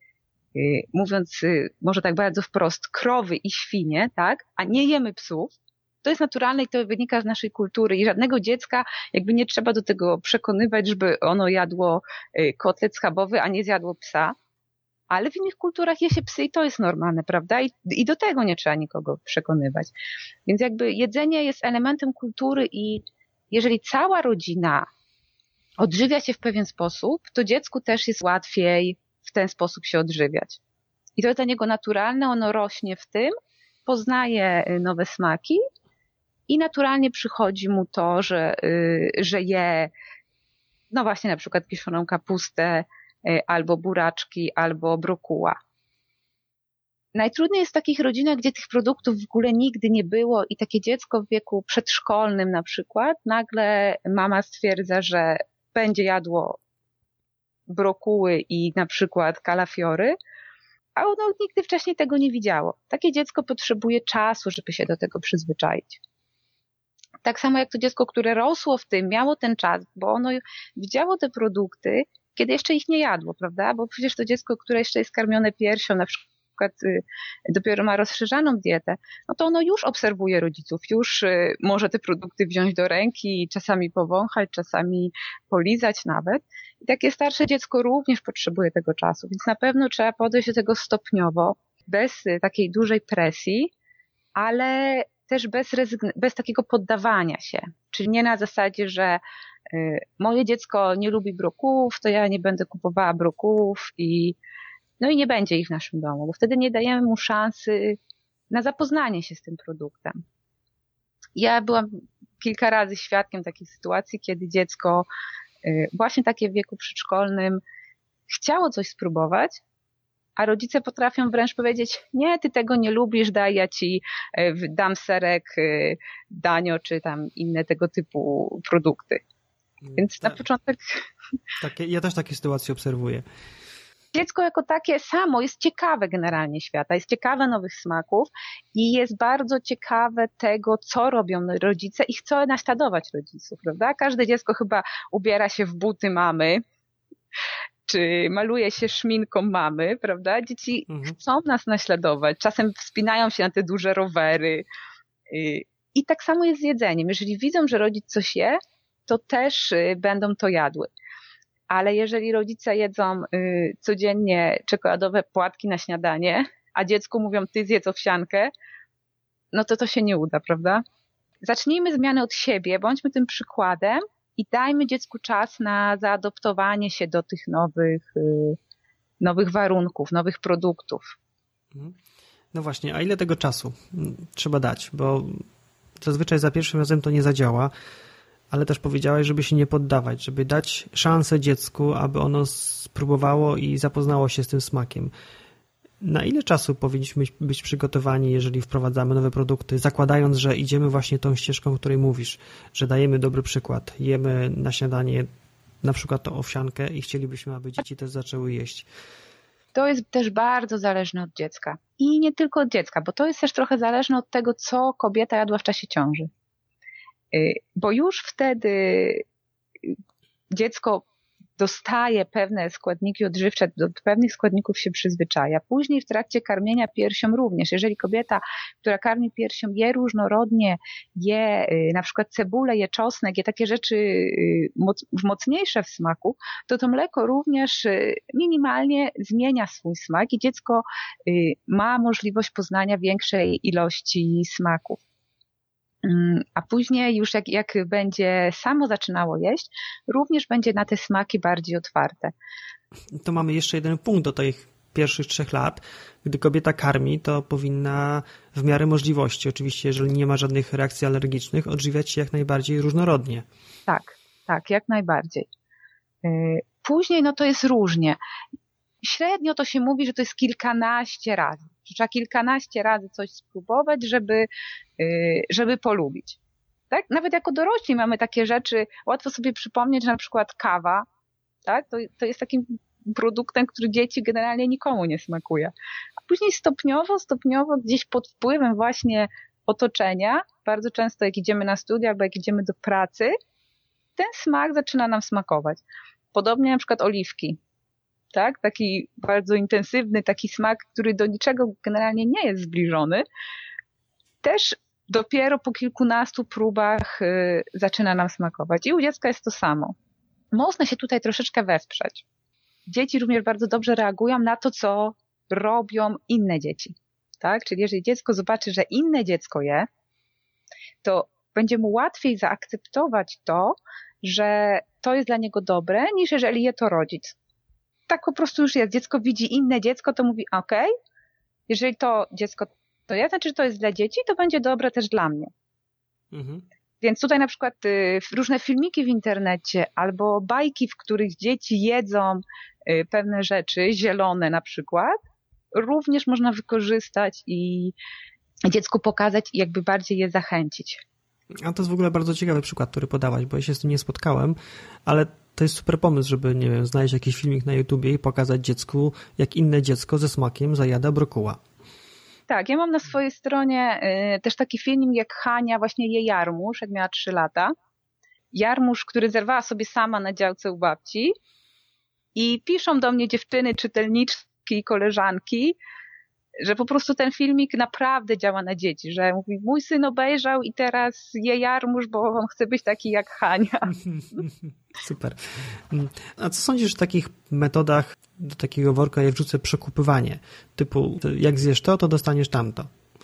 mówiąc może tak bardzo wprost, krowy i świnie, tak, a nie jemy psów, to jest naturalne i to wynika z naszej kultury i żadnego dziecka jakby nie trzeba do tego przekonywać, żeby ono jadło kotlet schabowy, a nie zjadło psa. Ale w innych kulturach je się psy i to jest normalne, prawda? I, I do tego nie trzeba nikogo przekonywać. Więc jakby jedzenie jest elementem kultury i jeżeli cała rodzina odżywia się w pewien sposób, to dziecku też jest łatwiej w ten sposób się odżywiać. I to jest dla niego naturalne, ono rośnie w tym, poznaje nowe smaki i naturalnie przychodzi mu to, że, że je, no właśnie na przykład kiszoną kapustę, albo buraczki, albo brokuła. Najtrudniej jest w takich rodzinach, gdzie tych produktów w ogóle nigdy nie było i takie dziecko w wieku przedszkolnym na przykład, nagle mama stwierdza, że będzie jadło brokuły i na przykład kalafiory, a ono nigdy wcześniej tego nie widziało. Takie dziecko potrzebuje czasu, żeby się do tego przyzwyczaić. Tak samo jak to dziecko, które rosło w tym, miało ten czas, bo ono widziało te produkty, kiedy jeszcze ich nie jadło, prawda? Bo przecież to dziecko, które jeszcze jest karmione piersią, na przykład y, dopiero ma rozszerzaną dietę, no to ono już obserwuje rodziców, już y, może te produkty wziąć do ręki, czasami powąchać, czasami polizać nawet. I takie starsze dziecko również potrzebuje tego czasu, więc na pewno trzeba podejść do tego stopniowo, bez y, takiej dużej presji, ale też bez, rezygn- bez takiego poddawania się. Czyli nie na zasadzie, że moje dziecko nie lubi brokułów, to ja nie będę kupowała brokułów i no i nie będzie ich w naszym domu, bo wtedy nie dajemy mu szansy na zapoznanie się z tym produktem. Ja byłam kilka razy świadkiem takiej sytuacji, kiedy dziecko właśnie takie w wieku przedszkolnym chciało coś spróbować, a rodzice potrafią wręcz powiedzieć, nie, ty tego nie lubisz, daj, ja ci dam serek, danio, czy tam inne tego typu produkty. Więc na tak, początek... Takie, ja też takie sytuacje obserwuję. Dziecko jako takie samo jest ciekawe generalnie świata, jest ciekawe nowych smaków i jest bardzo ciekawe tego, co robią rodzice i chce naśladować rodziców, prawda? Każde dziecko chyba ubiera się w buty mamy, czy maluje się szminką mamy, prawda? Dzieci mhm. chcą nas naśladować, czasem wspinają się na te duże rowery i tak samo jest z jedzeniem. Jeżeli widzą, że rodzic coś je, to też będą to jadły. Ale jeżeli rodzice jedzą y, codziennie czekoladowe płatki na śniadanie, a dziecku mówią, ty zjedz owsiankę, no to to się nie uda, prawda? Zacznijmy zmianę od siebie, bądźmy tym przykładem i dajmy dziecku czas na zaadoptowanie się do tych nowych, y, nowych warunków, nowych produktów. No właśnie, a ile tego czasu trzeba dać? Bo zazwyczaj za pierwszym razem to nie zadziała, ale też powiedziałaś, żeby się nie poddawać, żeby dać szansę dziecku, aby ono spróbowało i zapoznało się z tym smakiem. Na ile czasu powinniśmy być przygotowani, jeżeli wprowadzamy nowe produkty, zakładając, że idziemy właśnie tą ścieżką, o której mówisz, że dajemy dobry przykład, jemy na śniadanie na przykład tą owsiankę i chcielibyśmy, aby dzieci też zaczęły jeść. To jest też bardzo zależne od dziecka. I nie tylko od dziecka, bo to jest też trochę zależne od tego, co kobieta jadła w czasie ciąży. Bo już wtedy dziecko dostaje pewne składniki odżywcze, do pewnych składników się przyzwyczaja. Później w trakcie karmienia piersią również. Jeżeli kobieta, która karmi piersią, je różnorodnie, je na przykład cebulę, je czosnek, je takie rzeczy mocniejsze w smaku, to to mleko również minimalnie zmienia swój smak i dziecko ma możliwość poznania większej ilości smaków. A później już jak, jak będzie samo zaczynało jeść, również będzie na te smaki bardziej otwarte. To mamy jeszcze jeden punkt do tych pierwszych trzech lat. Gdy kobieta karmi, to powinna w miarę możliwości, oczywiście jeżeli nie ma żadnych reakcji alergicznych, odżywiać się jak najbardziej różnorodnie. Tak, tak, jak najbardziej. Później no to jest różnie. Średnio to się mówi, że to jest kilkanaście razy. Że trzeba kilkanaście razy coś spróbować, żeby, żeby polubić. Tak? Nawet jako dorośli mamy takie rzeczy, łatwo sobie przypomnieć, że na przykład kawa, tak? to, to jest takim produktem, który dzieci generalnie nikomu nie smakuje. A później stopniowo, stopniowo gdzieś pod wpływem właśnie otoczenia, bardzo często jak idziemy na studia albo jak idziemy do pracy, ten smak zaczyna nam smakować. Podobnie na przykład oliwki. tak? Taki bardzo intensywny, taki smak, który do niczego generalnie nie jest zbliżony, też dopiero po kilkunastu próbach y, zaczyna nam smakować. I u dziecka jest to samo. Można się tutaj troszeczkę wesprzeć. Dzieci również bardzo dobrze reagują na to, co robią inne dzieci. Tak? Czyli jeżeli dziecko zobaczy, że inne dziecko je, to będzie mu łatwiej zaakceptować to, że to jest dla niego dobre, niż jeżeli je to rodzic. Tak po prostu już jest. Dziecko widzi inne dziecko, to mówi okej, okay, jeżeli to dziecko to ja, znaczy, że to jest dla dzieci, to będzie dobre też dla mnie. Mhm. Więc tutaj na przykład y, różne filmiki w internecie albo bajki, w których dzieci jedzą y, pewne rzeczy, zielone na przykład, również można wykorzystać i dziecku pokazać i jakby bardziej je zachęcić. A to jest w ogóle bardzo ciekawy przykład, który podałaś, bo ja się z tym nie spotkałem, ale to jest super pomysł, żeby, nie wiem, znaleźć jakiś filmik na YouTubie i pokazać dziecku, jak inne dziecko ze smakiem zajada brokuła. Tak, ja mam na swojej stronie y, też taki filmik, jak Hania właśnie je jarmuż, jak miała trzy lata. Jarmuż, który zerwała sobie sama na działce u babci i piszą do mnie dziewczyny, czytelniczki i koleżanki, że po prostu ten filmik naprawdę działa na dzieci, że mówi, mój syn obejrzał i teraz je jarmuż, bo on chce być taki jak Hania. Super. A co sądzisz o takich metodach, do takiego worka je wrzucę przekupywanie, typu jak zjesz to, to dostaniesz tamto?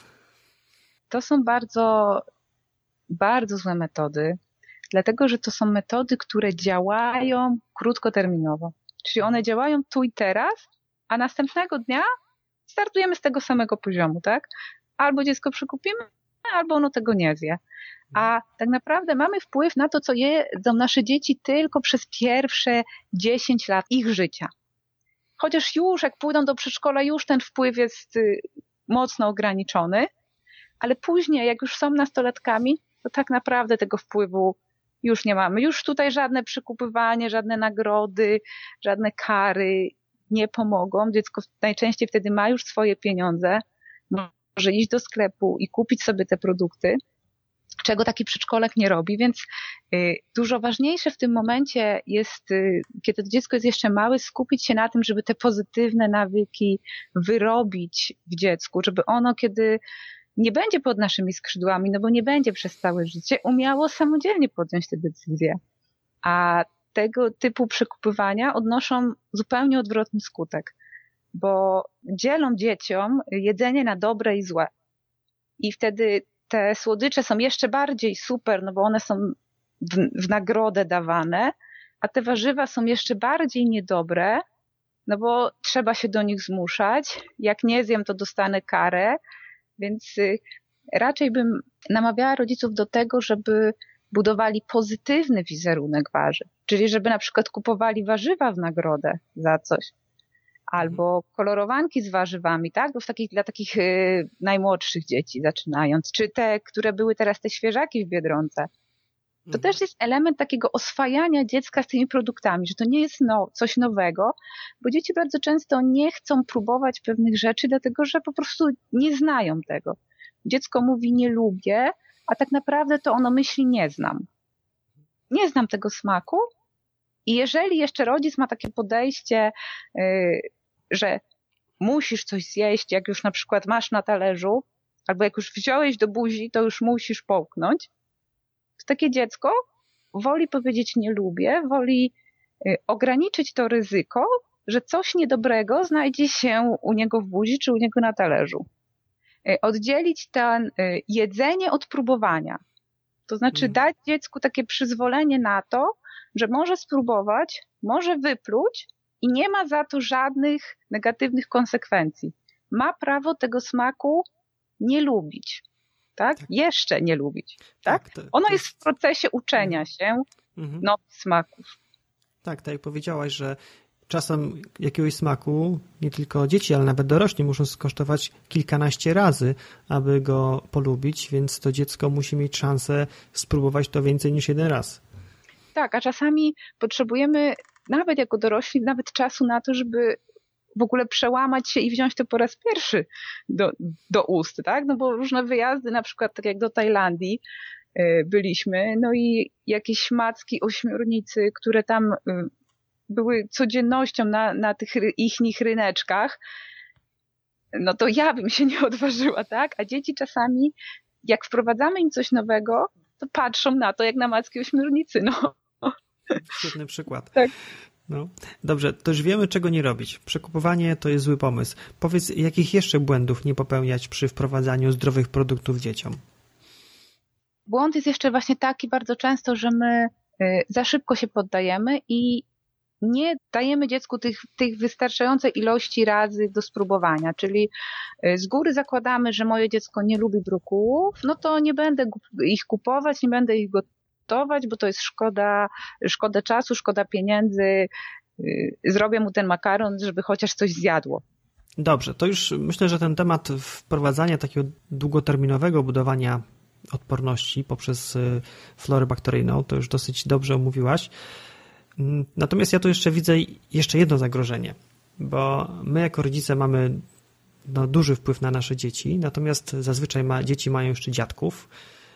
To są bardzo, bardzo złe metody, dlatego że to są metody, które działają krótkoterminowo. Czyli one działają tu i teraz, a następnego dnia startujemy z tego samego poziomu, tak? Albo dziecko przekupimy, albo ono tego nie zje. A tak naprawdę mamy wpływ na to, co jedzą nasze dzieci tylko przez pierwsze dziesięć lat ich życia. Chociaż już jak pójdą do przedszkola, już ten wpływ jest mocno ograniczony, ale później, jak już są nastolatkami, to tak naprawdę tego wpływu już nie mamy. Już tutaj żadne przekupywanie, żadne nagrody, żadne kary nie pomogą. Dziecko najczęściej wtedy ma już swoje pieniądze, może iść do sklepu i kupić sobie te produkty, czego taki przedszkolak nie robi, więc y, dużo ważniejsze w tym momencie jest, y, kiedy to dziecko jest jeszcze małe, skupić się na tym, żeby te pozytywne nawyki wyrobić w dziecku, żeby ono, kiedy nie będzie pod naszymi skrzydłami, no bo nie będzie przez całe życie, umiało samodzielnie podjąć te decyzje. A tego typu przekupywania odnoszą zupełnie odwrotny skutek, bo dzielą dzieciom jedzenie na dobre i złe. I wtedy te słodycze są jeszcze bardziej super, no bo one są w, w nagrodę dawane, a te warzywa są jeszcze bardziej niedobre, no bo trzeba się do nich zmuszać. Jak nie zjem, to dostanę karę, więc y, raczej bym namawiała rodziców do tego, żeby budowali pozytywny wizerunek warzyw. Czyli żeby na przykład kupowali warzywa w nagrodę za coś. Albo kolorowanki z warzywami, tak? Bo w takich, dla takich y, najmłodszych dzieci zaczynając. Czy te, które były teraz te świeżaki w Biedronce. To mhm. też jest element takiego oswajania dziecka z tymi produktami, że to nie jest no, coś nowego, bo dzieci bardzo często nie chcą próbować pewnych rzeczy, dlatego że po prostu nie znają tego. Dziecko mówi nie lubię, a tak naprawdę to ono myśli nie znam. Nie znam tego smaku i jeżeli jeszcze rodzic ma takie podejście, yy, że musisz coś zjeść, jak już na przykład masz na talerzu, albo jak już wziąłeś do buzi, to już musisz połknąć, to takie dziecko woli powiedzieć nie lubię, woli yy, ograniczyć to ryzyko, że coś niedobrego znajdzie się u niego w buzi czy u niego na talerzu. Oddzielić ten jedzenie od próbowania. To znaczy dać dziecku takie przyzwolenie na to, że może spróbować, może wypluć i nie ma za to żadnych negatywnych konsekwencji. Ma prawo tego smaku nie lubić. Tak? tak. Jeszcze nie lubić. Tak? tak to, to ono jest w procesie uczenia się mhm. nowych smaków. Tak, tak jak powiedziałaś, że czasem jakiegoś smaku nie tylko dzieci, ale nawet dorośli muszą skosztować kilkanaście razy, aby go polubić, więc to dziecko musi mieć szansę spróbować to więcej niż jeden raz. Tak, a czasami potrzebujemy nawet jako dorośli nawet czasu na to, żeby w ogóle przełamać się i wziąć to po raz pierwszy do, do ust, tak? No bo różne wyjazdy, na przykład tak jak do Tajlandii yy, byliśmy, no i jakieś śmacki, ośmiornicy, które tam yy, były codziennością na, na tych ichnych ryneczkach, no to ja bym się nie odważyła, tak? A dzieci czasami, jak wprowadzamy im coś nowego, to patrzą na to jak na macki ośmiornicy, no. Świetny przykład. Tak. No. Dobrze, to już wiemy, czego nie robić. Przekupowanie to jest zły pomysł. Powiedz, jakich jeszcze błędów nie popełniać przy wprowadzaniu zdrowych produktów dzieciom? Błąd jest jeszcze właśnie taki bardzo często, że my za szybko się poddajemy i nie dajemy dziecku tych, tych wystarczającej ilości razy do spróbowania, czyli z góry zakładamy, że moje dziecko nie lubi brokułów, no to nie będę ich kupować, nie będę ich gotować, bo to jest szkoda, szkoda czasu, szkoda pieniędzy, zrobię mu ten makaron, żeby chociaż coś zjadło. Dobrze, to już myślę, że ten temat wprowadzania takiego długoterminowego budowania odporności poprzez florę bakteryjną, to już dosyć dobrze omówiłaś. Natomiast ja tu jeszcze widzę jeszcze jedno zagrożenie, bo my jako rodzice mamy no, duży wpływ na nasze dzieci, natomiast zazwyczaj ma, dzieci mają jeszcze dziadków,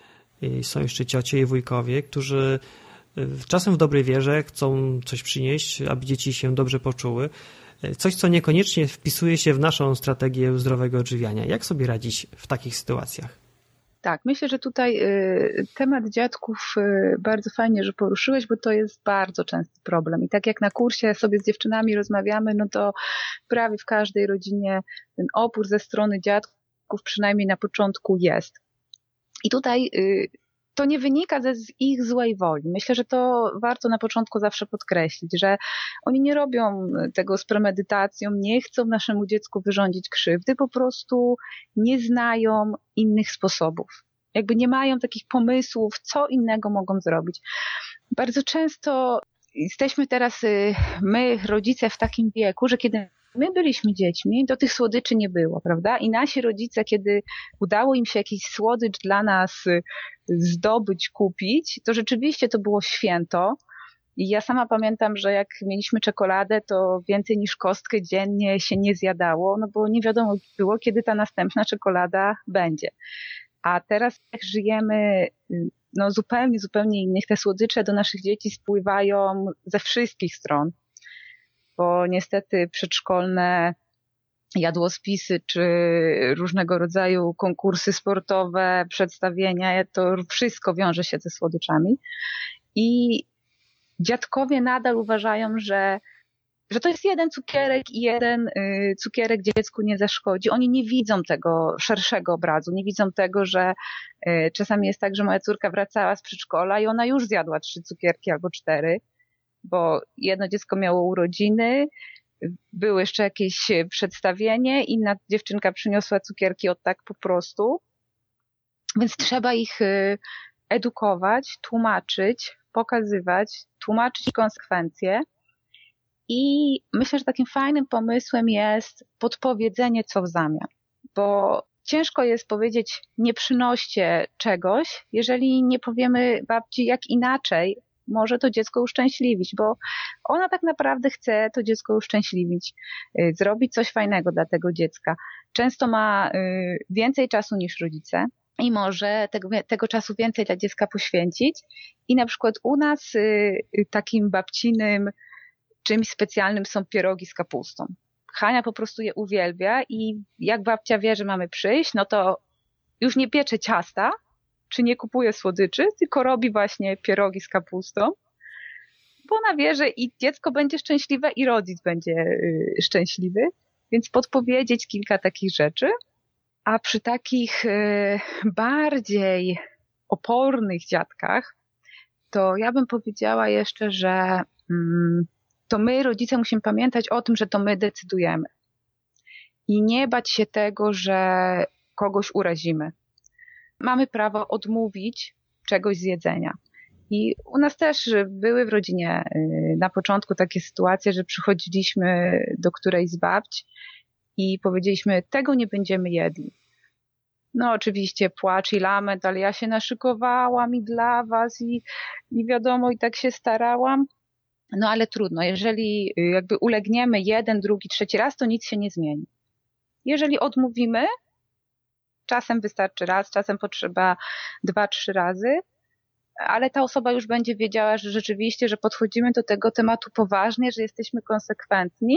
i są jeszcze ciocie i wujkowie, którzy czasem w dobrej wierze chcą coś przynieść, aby dzieci się dobrze poczuły. Coś, co niekoniecznie wpisuje się w naszą strategię zdrowego odżywiania. Jak sobie radzić w takich sytuacjach? Tak, myślę, że tutaj y, temat dziadków y, bardzo fajnie, że poruszyłeś, bo to jest bardzo częsty problem. I tak jak na kursie sobie z dziewczynami rozmawiamy, no to prawie w każdej rodzinie ten opór ze strony dziadków przynajmniej na początku jest. I tutaj y, to nie wynika ze z ich złej woli. Myślę, że to warto na początku zawsze podkreślić, że oni nie robią tego z premedytacją, nie chcą naszemu dziecku wyrządzić krzywdy, po prostu nie znają innych sposobów. Jakby nie mają takich pomysłów, co innego mogą zrobić. Bardzo często jesteśmy teraz my, rodzice, w takim wieku, że kiedy my byliśmy dziećmi, to tych słodyczy nie było, prawda? I nasi rodzice, kiedy udało im się jakiś słodycz dla nas zdobyć, kupić, to rzeczywiście to było święto. I ja sama pamiętam, że jak mieliśmy czekoladę, to więcej niż kostkę dziennie się nie zjadało, no bo nie wiadomo było, kiedy ta następna czekolada będzie. A teraz jak żyjemy no zupełnie, zupełnie innych, te słodycze do naszych dzieci spływają ze wszystkich stron, bo niestety przedszkolne jadłospisy czy różnego rodzaju konkursy sportowe, przedstawienia, to wszystko wiąże się ze słodyczami. I dziadkowie nadal uważają, że, że to jest jeden cukierek i jeden y, cukierek dziecku nie zaszkodzi. Oni nie widzą tego szerszego obrazu, nie widzą tego, że y, czasami jest tak, że moja córka wracała z przedszkola i ona już zjadła trzy cukierki albo cztery, bo jedno dziecko miało urodziny, było jeszcze jakieś przedstawienie, inna dziewczynka przyniosła cukierki od tak po prostu. Więc trzeba ich edukować, tłumaczyć, pokazywać, tłumaczyć konsekwencje. I myślę, że takim fajnym pomysłem jest podpowiedzenie, co w zamian. Bo ciężko jest powiedzieć, nie przynoście czegoś, jeżeli nie powiemy babci, jak inaczej może to dziecko uszczęśliwić, bo ona tak naprawdę chce to dziecko uszczęśliwić, zrobić coś fajnego dla tego dziecka. Często ma więcej czasu niż rodzice i może tego, tego czasu więcej dla dziecka poświęcić. I na przykład u nas takim babcinym czymś specjalnym są pierogi z kapustą. Hania po prostu je uwielbia i jak babcia wie, że mamy przyjść, no to już nie piecze ciasta, czy nie kupuje słodyczy, tylko robi właśnie pierogi z kapustą, bo ona wie, że i dziecko będzie szczęśliwe i rodzic będzie y, szczęśliwy, więc podpowiedzieć kilka takich rzeczy, a przy takich y, bardziej opornych dziadkach, to ja bym powiedziała jeszcze, że mm, to my, rodzice, musimy pamiętać o tym, że to my decydujemy i nie bać się tego, że kogoś urazimy. Mamy prawo odmówić czegoś z jedzenia. I u nas też były w rodzinie na początku takie sytuacje, że przychodziliśmy do którejś z babci i powiedzieliśmy, tego nie będziemy jedli. No oczywiście płacz i lament, ale ja się naszykowałam i dla was i, i wiadomo, i tak się starałam. No ale trudno, jeżeli jakby ulegniemy jeden, drugi, trzeci raz, to nic się nie zmieni. Jeżeli odmówimy, czasem wystarczy raz, czasem potrzeba dwa, trzy razy, ale ta osoba już będzie wiedziała, że rzeczywiście, że podchodzimy do tego tematu poważnie, że jesteśmy konsekwentni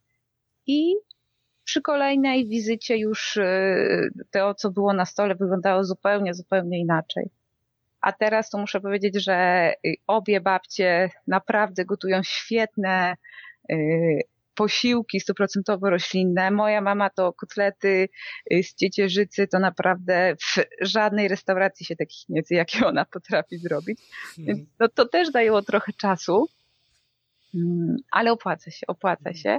i przy kolejnej wizycie już to, co było na stole, wyglądało zupełnie, zupełnie inaczej. A teraz to muszę powiedzieć, że obie babcie naprawdę gotują świetne posiłki stuprocentowo roślinne. Moja mama to kotlety z ciecierzycy, to naprawdę w żadnej restauracji się takich nie zje, jakie ona potrafi zrobić. Więc no, to też dało trochę czasu, ale opłaca się, opłaca się.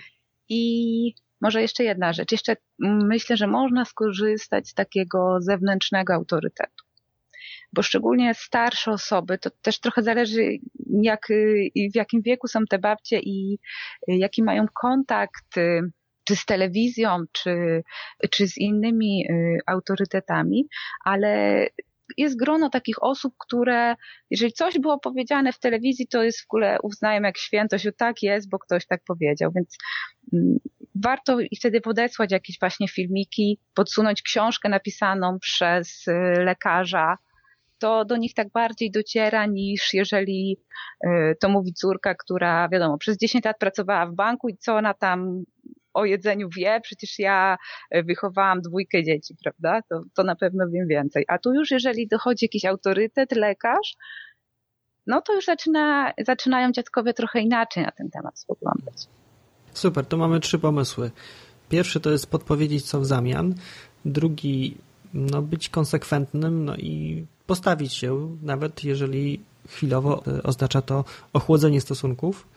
I może jeszcze jedna rzecz. Jeszcze myślę, że można skorzystać z takiego zewnętrznego autorytetu. Bo szczególnie starsze osoby, to też trochę zależy jak, w jakim wieku są te babcie i jaki mają kontakt czy z telewizją, czy, czy z innymi autorytetami, ale jest grono takich osób, które jeżeli coś było powiedziane w telewizji, to jest w ogóle uznają jak świętość, że tak jest, bo ktoś tak powiedział, więc warto i wtedy podesłać jakieś właśnie filmiki, podsunąć książkę napisaną przez lekarza, to do nich tak bardziej dociera niż jeżeli to mówi córka, która wiadomo, przez dziesięć lat pracowała w banku i co ona tam o jedzeniu wie, przecież ja wychowałam dwójkę dzieci, prawda? To, to na pewno wiem więcej. A tu już jeżeli dochodzi jakiś autorytet, lekarz, no to już zaczyna, zaczynają dziadkowie trochę inaczej na ten temat spoglądać. Super, to mamy trzy pomysły. Pierwszy to jest podpowiedzieć co w zamian. Drugi, no być konsekwentnym, no i postawić się, nawet jeżeli chwilowo oznacza to ochłodzenie stosunków.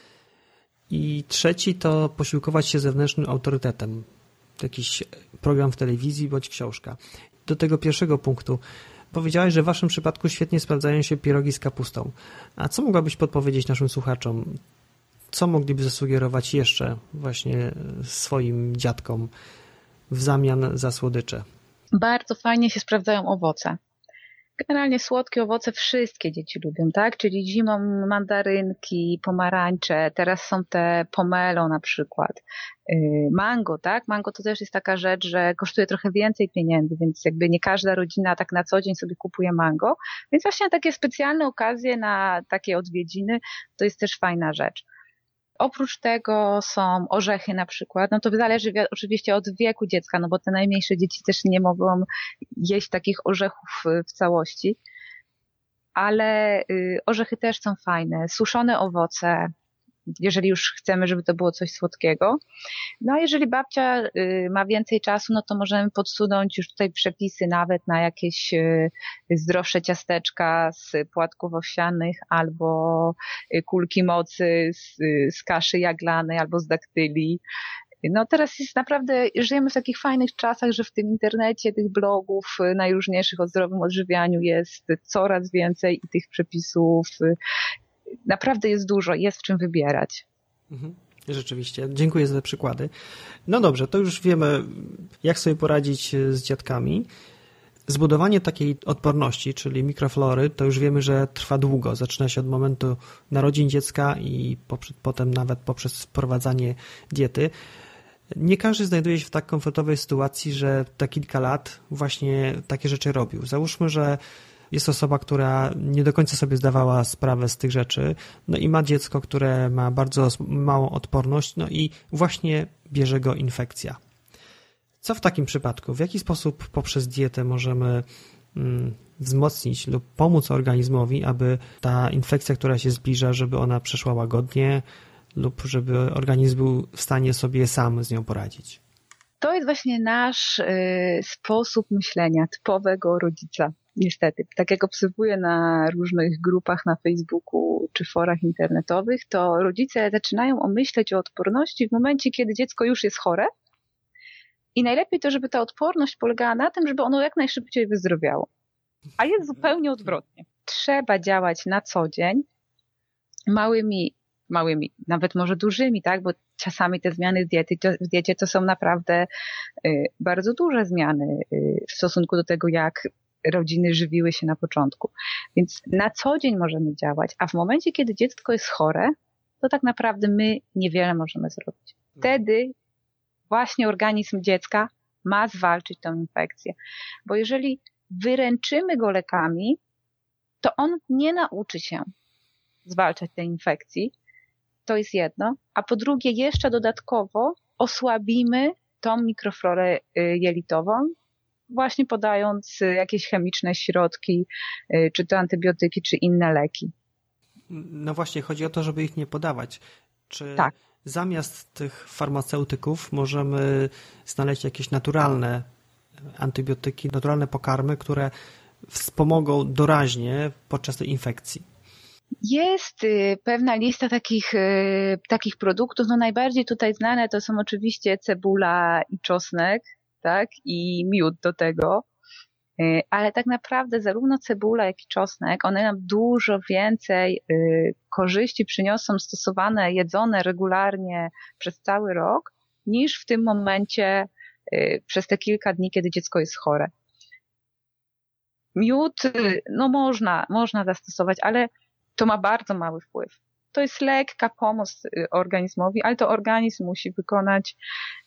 I trzeci to posiłkować się zewnętrznym autorytetem. Jakiś program w telewizji bądź książka. Do tego pierwszego punktu. Powiedziałeś, że w waszym przypadku świetnie sprawdzają się pierogi z kapustą. A co mogłabyś podpowiedzieć naszym słuchaczom? Co mogliby zasugerować jeszcze właśnie swoim dziadkom w zamian za słodycze? Bardzo fajnie się sprawdzają owoce. Generalnie słodkie owoce wszystkie dzieci lubią, tak? Czyli zimą mandarynki, pomarańcze, teraz są te pomelo na przykład. Mango, tak? Mango to też jest taka rzecz, że kosztuje trochę więcej pieniędzy, więc jakby nie każda rodzina tak na co dzień sobie kupuje mango. Więc właśnie takie specjalne okazje na takie odwiedziny to jest też fajna rzecz. Oprócz tego są orzechy na przykład, no to zależy oczywiście od wieku dziecka, no bo te najmniejsze dzieci też nie mogą jeść takich orzechów w całości, ale orzechy też są fajne, suszone owoce, jeżeli już chcemy, żeby to było coś słodkiego. No a jeżeli babcia ma więcej czasu, no to możemy podsunąć już tutaj przepisy nawet na jakieś zdrowsze ciasteczka z płatków owsianych albo kulki mocy z, z kaszy jaglanej albo z daktyli. No teraz jest naprawdę, żyjemy w takich fajnych czasach, że w tym internecie tych blogów najróżniejszych o zdrowym odżywianiu jest coraz więcej i tych przepisów naprawdę jest dużo, jest w czym wybierać. Mhm. Rzeczywiście, dziękuję za te przykłady. No dobrze, to już wiemy, jak sobie poradzić z dziadkami. Zbudowanie takiej odporności, czyli mikroflory, to już wiemy, że trwa długo. Zaczyna się od momentu narodzin dziecka i potem nawet poprzez wprowadzanie diety. Nie każdy znajduje się w tak komfortowej sytuacji, że te kilka lat właśnie takie rzeczy robił. Załóżmy, że jest osoba, która nie do końca sobie zdawała sprawę z tych rzeczy, no i ma dziecko, które ma bardzo małą odporność, no i właśnie bierze go infekcja. Co w takim przypadku? W jaki sposób poprzez dietę możemy mm, wzmocnić lub pomóc organizmowi, aby ta infekcja, która się zbliża, żeby ona przeszła łagodnie lub żeby organizm był w stanie sobie sam z nią poradzić? To jest właśnie nasz y, sposób myślenia typowego rodzica. Niestety, tak jak obserwuję na różnych grupach na Facebooku czy forach internetowych, to rodzice zaczynają myśleć o odporności w momencie, kiedy dziecko już jest chore i najlepiej to, żeby ta odporność polegała na tym, żeby ono jak najszybciej wyzdrowiało. A jest zupełnie odwrotnie. Trzeba działać na co dzień małymi, małymi, nawet może dużymi, tak, bo czasami te zmiany w, diety, w diecie to są naprawdę y, bardzo duże zmiany y, w stosunku do tego, jak rodziny żywiły się na początku. Więc na co dzień możemy działać, a w momencie, kiedy dziecko jest chore, to tak naprawdę my niewiele możemy zrobić. Wtedy właśnie organizm dziecka ma zwalczyć tę infekcję. Bo jeżeli wyręczymy go lekami, to on nie nauczy się zwalczać tej infekcji. To jest jedno. A po drugie, jeszcze dodatkowo osłabimy tą mikroflorę jelitową, właśnie podając jakieś chemiczne środki, czy to antybiotyki, czy inne leki. No właśnie, chodzi o to, żeby ich nie podawać. Czy tak. zamiast tych farmaceutyków możemy znaleźć jakieś naturalne antybiotyki, naturalne pokarmy, które wspomogą doraźnie podczas tej infekcji? Jest pewna lista takich, takich produktów. No najbardziej tutaj znane to są oczywiście cebula i czosnek, tak, i miód do tego. Ale tak naprawdę zarówno cebula, jak i czosnek, one nam dużo więcej korzyści przyniosą stosowane, jedzone regularnie przez cały rok, niż w tym momencie przez te kilka dni, kiedy dziecko jest chore. Miód, no można, można zastosować, ale to ma bardzo mały wpływ. To jest lekka pomoc organizmowi, ale to organizm musi wykonać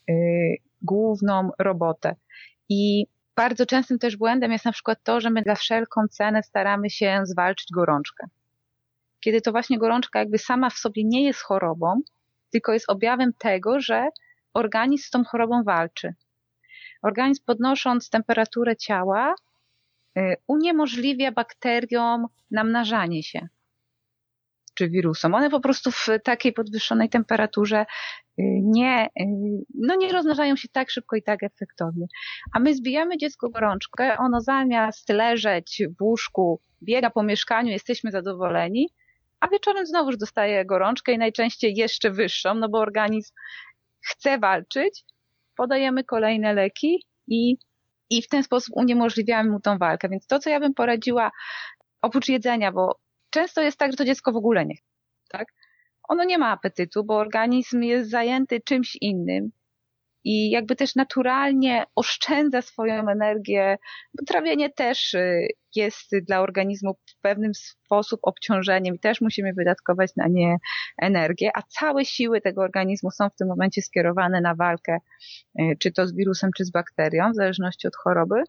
główną robotę. I bardzo częstym też błędem jest na przykład to, że my za wszelką cenę staramy się zwalczyć gorączkę. Kiedy to właśnie gorączka jakby sama w sobie nie jest chorobą, tylko jest objawem tego, że organizm z tą chorobą walczy. Organizm podnosząc temperaturę ciała uniemożliwia bakteriom namnażanie się, czy wirusom. One po prostu w takiej podwyższonej temperaturze nie, no nie rozmnażają się tak szybko i tak efektownie. A my zbijamy dziecku gorączkę, ono zamiast leżeć w łóżku, biega po mieszkaniu, jesteśmy zadowoleni, a wieczorem znowuż dostaje gorączkę i najczęściej jeszcze wyższą, no bo organizm chce walczyć, podajemy kolejne leki i, i w ten sposób uniemożliwiamy mu tą walkę. Więc to, co ja bym poradziła, oprócz jedzenia, bo często jest tak, że to dziecko w ogóle nie chce, tak? Ono nie ma apetytu, bo organizm jest zajęty czymś innym i jakby też naturalnie oszczędza swoją energię. Trawienie też jest dla organizmu w pewnym sposób obciążeniem i też musimy wydatkować na nie energię, a całe siły tego organizmu są w tym momencie skierowane na walkę, czy to z wirusem, czy z bakterią, w zależności od choroby.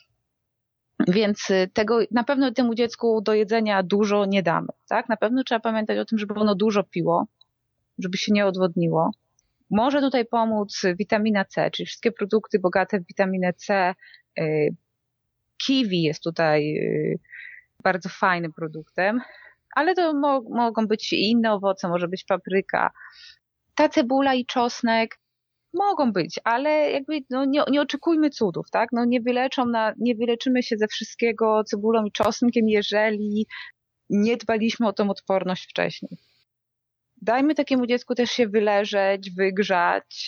Więc tego na pewno temu dziecku do jedzenia dużo nie damy, tak? Na pewno trzeba pamiętać o tym, żeby ono dużo piło, żeby się nie odwodniło. Może tutaj pomóc witamina C, czyli wszystkie produkty bogate w witaminę C. Kiwi jest tutaj bardzo fajnym produktem, ale to mo- mogą być i inne owoce, może być papryka. Ta cebula i czosnek mogą być, ale jakby no nie, nie oczekujmy cudów, tak? No nie wyleczą na, nie wyleczymy się ze wszystkiego cebulą i czosnkiem, jeżeli nie dbaliśmy o tą odporność wcześniej. Dajmy takiemu dziecku też się wyleżeć, wygrzać.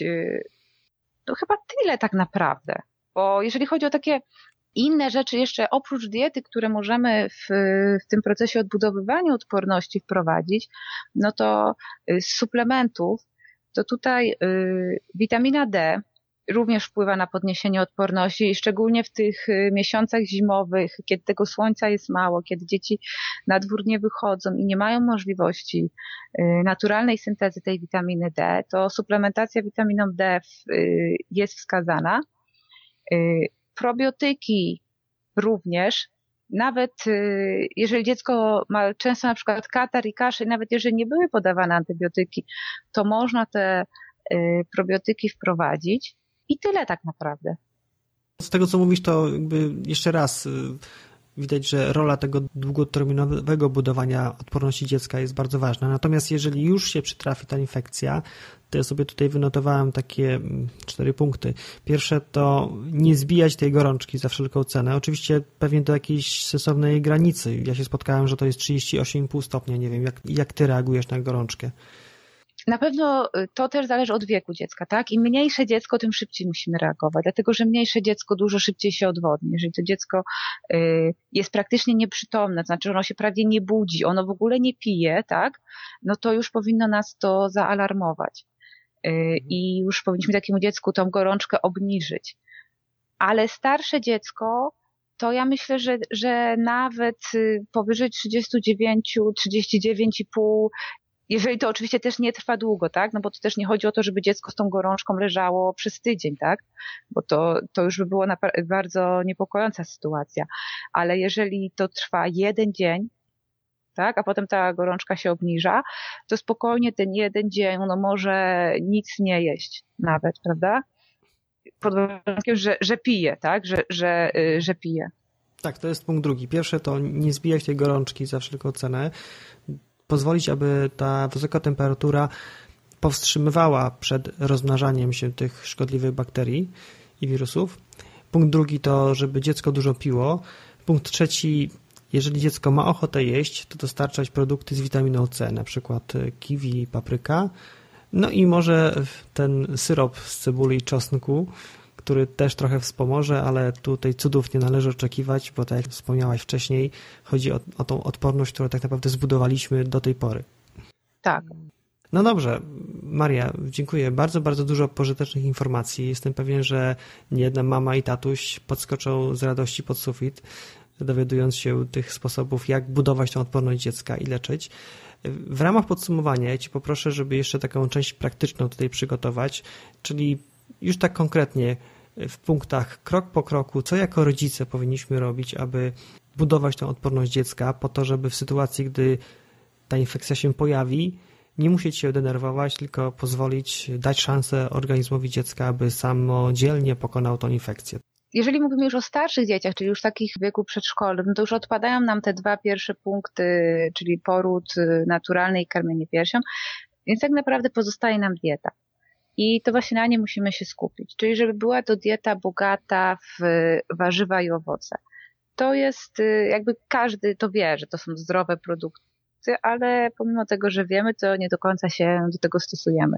To chyba tyle tak naprawdę. Bo jeżeli chodzi o takie inne rzeczy jeszcze oprócz diety, które możemy w, w tym procesie odbudowywania odporności wprowadzić, no to z suplementów, to tutaj y, witamina D również wpływa na podniesienie odporności i szczególnie w tych miesiącach zimowych, kiedy tego słońca jest mało, kiedy dzieci na dwór nie wychodzą i nie mają możliwości y, naturalnej syntezy tej witaminy D, to suplementacja witaminą D w, y, jest wskazana. Y, probiotyki również. Nawet jeżeli dziecko ma często na przykład katar i kaszę, nawet jeżeli nie były podawane antybiotyki, to można te probiotyki wprowadzić i tyle tak naprawdę. Z tego, co mówisz, to jakby jeszcze raz widać, że rola tego długoterminowego budowania odporności dziecka jest bardzo ważna. Natomiast jeżeli już się przytrafi ta infekcja, to ja sobie tutaj wynotowałem takie cztery punkty. Pierwsze to nie zbijać tej gorączki za wszelką cenę. Oczywiście pewnie do jakiejś sensownej granicy. Ja się spotkałem, że to jest trzydzieści osiem i pół stopnia. Nie wiem, jak, jak ty reagujesz na gorączkę? Na pewno to też zależy od wieku dziecka, tak? Im mniejsze dziecko, tym szybciej musimy reagować, dlatego że mniejsze dziecko dużo szybciej się odwodni. Jeżeli to dziecko jest praktycznie nieprzytomne, to znaczy ono się prawie nie budzi, ono w ogóle nie pije, tak? No to już powinno nas to zaalarmować. I już powinniśmy takiemu dziecku tą gorączkę obniżyć. Ale starsze dziecko, to ja myślę, że, że nawet powyżej trzydzieści dziewięć, trzydzieści dziewięć i pół Jeżeli to oczywiście też nie trwa długo, tak? No bo to też nie chodzi o to, żeby dziecko z tą gorączką leżało przez tydzień, tak? Bo to, to już by była bardzo niepokojąca sytuacja. Ale jeżeli to trwa jeden dzień, tak? A potem ta gorączka się obniża, to spokojnie ten jeden dzień, no może nic nie jeść nawet, prawda? Pod warunkiem, że, że pije, tak? Że, że, yy, że pije. Tak, to jest punkt drugi. Pierwsze to nie zbijać tej gorączki za wszelką cenę. Pozwolić, aby ta wysoka temperatura powstrzymywała przed rozmnażaniem się tych szkodliwych bakterii i wirusów. Punkt drugi to, żeby dziecko dużo piło. Punkt trzeci, jeżeli dziecko ma ochotę jeść, to dostarczać produkty z witaminą C, na przykład kiwi, papryka. No i może ten syrop z cebuli i czosnku, który też trochę wspomoże, ale tutaj cudów nie należy oczekiwać, bo tak jak wspomniałaś wcześniej, chodzi o, o tą odporność, którą tak naprawdę zbudowaliśmy do tej pory. Tak. No dobrze, Maria, dziękuję. Bardzo, bardzo dużo pożytecznych informacji. Jestem pewien, że niejedna mama i tatuś podskoczą z radości pod sufit, dowiadując się tych sposobów, jak budować tą odporność dziecka i leczyć. W ramach podsumowania ja Cię poproszę, żeby jeszcze taką część praktyczną tutaj przygotować, czyli już tak konkretnie w punktach krok po kroku, co jako rodzice powinniśmy robić, aby budować tą odporność dziecka po to, żeby w sytuacji, gdy ta infekcja się pojawi, nie musieć się denerwować, tylko pozwolić, dać szansę organizmowi dziecka, aby samodzielnie pokonał tą infekcję. Jeżeli mówimy już o starszych dzieciach, czyli już takich w wieku przedszkolnym, to już odpadają nam te dwa pierwsze punkty, czyli poród naturalny i karmienie piersią, więc tak naprawdę pozostaje nam dieta. I to właśnie na nie musimy się skupić. Czyli żeby była to dieta bogata w warzywa i owoce. To jest, jakby każdy to wie, że to są zdrowe produkty, ale pomimo tego, że wiemy, to nie do końca się do tego stosujemy.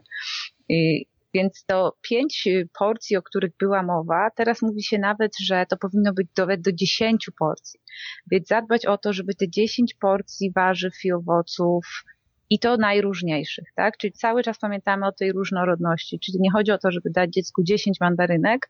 I Więc to pięć porcji, o których była mowa, teraz mówi się nawet, że to powinno być nawet do dziesięciu porcji. Więc zadbać o to, żeby te dziesięć porcji warzyw i owoców i to najróżniejszych, tak? Czyli cały czas pamiętamy o tej różnorodności. Czyli nie chodzi o to, żeby dać dziecku dziesięć mandarynek,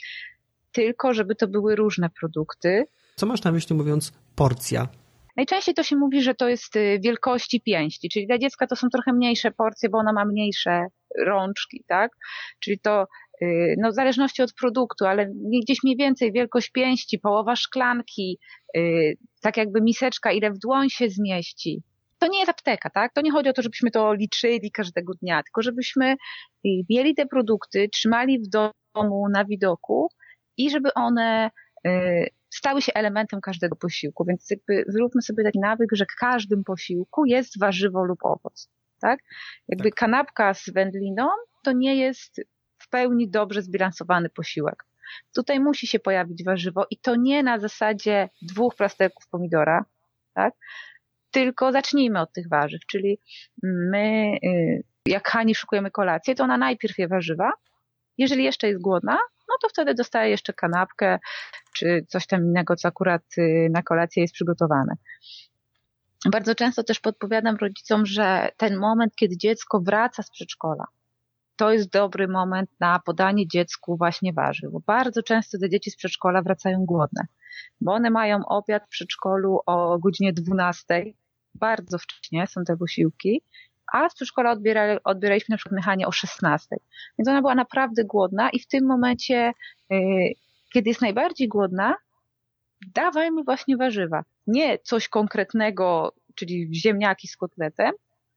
tylko żeby to były różne produkty. Co masz na myśli mówiąc porcja? Najczęściej to się mówi, że to jest wielkości pięści, czyli dla dziecka to są trochę mniejsze porcje, bo ono ma mniejsze rączki, tak? Czyli to no w zależności od produktu, ale gdzieś mniej więcej wielkość pięści, połowa szklanki, tak jakby miseczka, ile w dłoń się zmieści. To nie jest apteka, tak? To nie chodzi o to, żebyśmy to liczyli każdego dnia, tylko żebyśmy mieli te produkty, trzymali w domu na widoku i żeby one stały się elementem każdego posiłku. Więc jakby zróbmy sobie taki nawyk, że w każdym posiłku jest warzywo lub owoc, tak? Jakby tak. Kanapka z wędliną to nie jest w pełni dobrze zbilansowany posiłek. Tutaj musi się pojawić warzywo i to nie na zasadzie dwóch plasterków pomidora, tak? Tylko zacznijmy od tych warzyw, czyli my, jak Hani szykujemy kolację, to ona najpierw je warzywa. Jeżeli jeszcze jest głodna, no to wtedy dostaje jeszcze kanapkę, czy coś tam innego, co akurat na kolację jest przygotowane. Bardzo często też podpowiadam rodzicom, że ten moment, kiedy dziecko wraca z przedszkola, to jest dobry moment na podanie dziecku właśnie warzyw. Bo bardzo często te dzieci z przedszkola wracają głodne, bo one mają obiad w przedszkolu o godzinie dwunastej, bardzo wcześnie są te posiłki, a z przedszkola odbiera, odbieraliśmy na przykład Mychanie o szesnastej. Więc ona była naprawdę głodna i w tym momencie, yy, kiedy jest najbardziej głodna, dawajmy właśnie warzywa. Nie coś konkretnego, czyli ziemniaki z kotletem,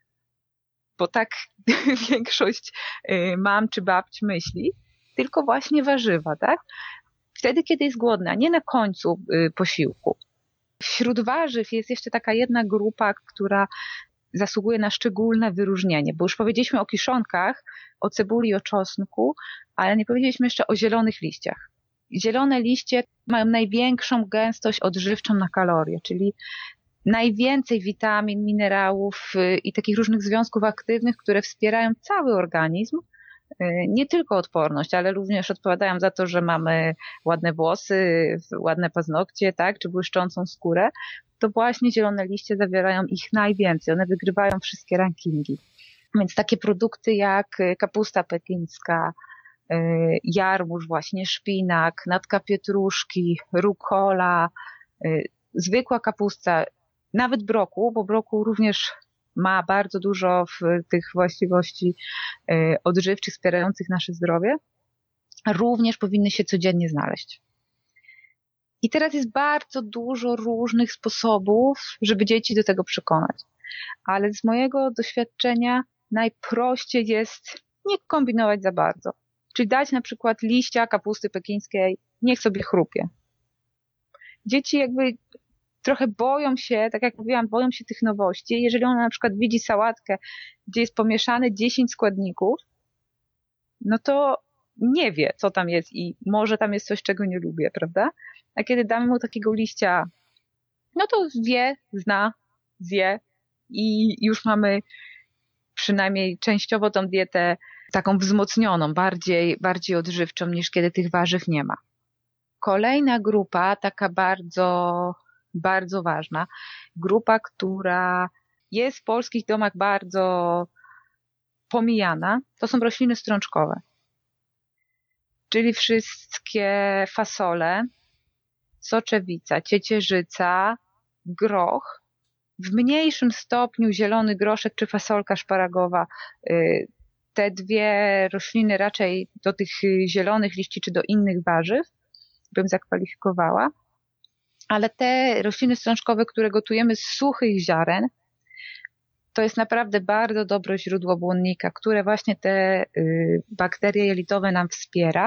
bo tak większość yy, mam czy babci myśli, tylko właśnie warzywa, tak? Wtedy, kiedy jest głodna, nie na końcu yy, posiłku. Wśród warzyw jest jeszcze taka jedna grupa, która zasługuje na szczególne wyróżnienie, bo już powiedzieliśmy o kiszonkach, o cebuli i o czosnku, ale nie powiedzieliśmy jeszcze o zielonych liściach. Zielone liście mają największą gęstość odżywczą na kalorie, czyli najwięcej witamin, minerałów i takich różnych związków aktywnych, które wspierają cały organizm, nie tylko odporność, ale również odpowiadają za to, że mamy ładne włosy, ładne paznokcie, tak, czy błyszczącą skórę. To właśnie zielone liście zawierają ich najwięcej. One wygrywają wszystkie rankingi. Więc takie produkty jak kapusta pekińska, jarmuż właśnie, szpinak, natka pietruszki, rukola, zwykła kapusta, nawet brokuł, bo brokuł również ma bardzo dużo w tych właściwości odżywczych wspierających nasze zdrowie, również powinny się codziennie znaleźć. I teraz jest bardzo dużo różnych sposobów, żeby dzieci do tego przekonać. Ale z mojego doświadczenia najprościej jest nie kombinować za bardzo. Czyli dać na przykład liścia kapusty pekińskiej, niech sobie chrupie. Dzieci jakby trochę boją się, tak jak mówiłam, boją się tych nowości. Jeżeli ona na przykład widzi sałatkę, gdzie jest pomieszane dziesięć składników, no to nie wie, co tam jest i może tam jest coś, czego nie lubię, prawda? A kiedy damy mu takiego liścia, no to wie, zna, zje i już mamy przynajmniej częściowo tą dietę taką wzmocnioną, bardziej, bardziej odżywczą niż kiedy tych warzyw nie ma. Kolejna grupa, taka bardzo, bardzo ważna, grupa, która jest w polskich domach bardzo pomijana, to są rośliny strączkowe. Czyli wszystkie fasole, soczewica, ciecierzyca, groch, w mniejszym stopniu zielony groszek czy fasolka szparagowa. Te dwie rośliny raczej do tych zielonych liści czy do innych warzyw bym zakwalifikowała. Ale te rośliny strączkowe, które gotujemy z suchych ziaren, to jest naprawdę bardzo dobre źródło błonnika, które właśnie te bakterie jelitowe nam wspiera.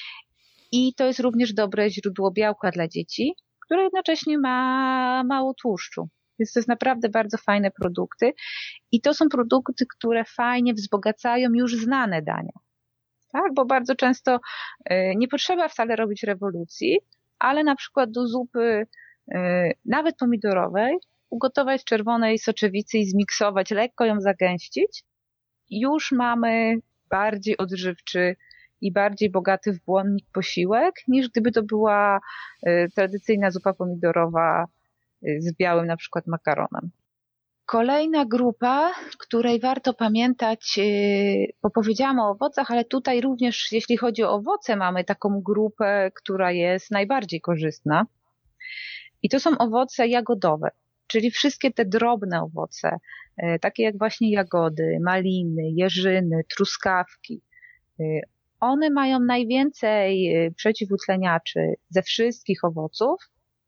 I to jest również dobre źródło białka dla dzieci, które jednocześnie ma mało tłuszczu. Więc to jest naprawdę bardzo fajne produkty. I to są produkty, które fajnie wzbogacają już znane dania. Tak? Bo bardzo często nie potrzeba wcale robić rewolucji, ale na przykład do zupy nawet pomidorowej ugotować czerwonej soczewicy i zmiksować, lekko ją zagęścić. Już mamy bardziej odżywczy i bardziej bogaty w błonnik posiłek, niż gdyby to była tradycyjna zupa pomidorowa z białym na przykład makaronem. Kolejna grupa, której warto pamiętać, bo powiedziałam o owocach, ale tutaj również jeśli chodzi o owoce mamy taką grupę, która jest najbardziej korzystna. I to są owoce jagodowe, czyli wszystkie te drobne owoce, takie jak właśnie jagody, maliny, jeżyny, truskawki. One mają najwięcej przeciwutleniaczy ze wszystkich owoców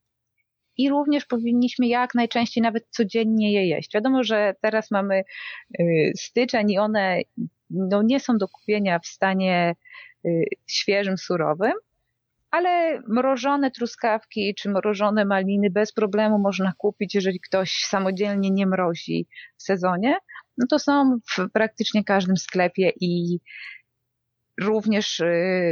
i również powinniśmy jak najczęściej, nawet codziennie je jeść. Wiadomo, że teraz mamy styczeń i one no, nie są do kupienia w stanie świeżym, surowym, ale mrożone truskawki czy mrożone maliny bez problemu można kupić, jeżeli ktoś samodzielnie nie mrozi w sezonie. No to są w praktycznie każdym sklepie i również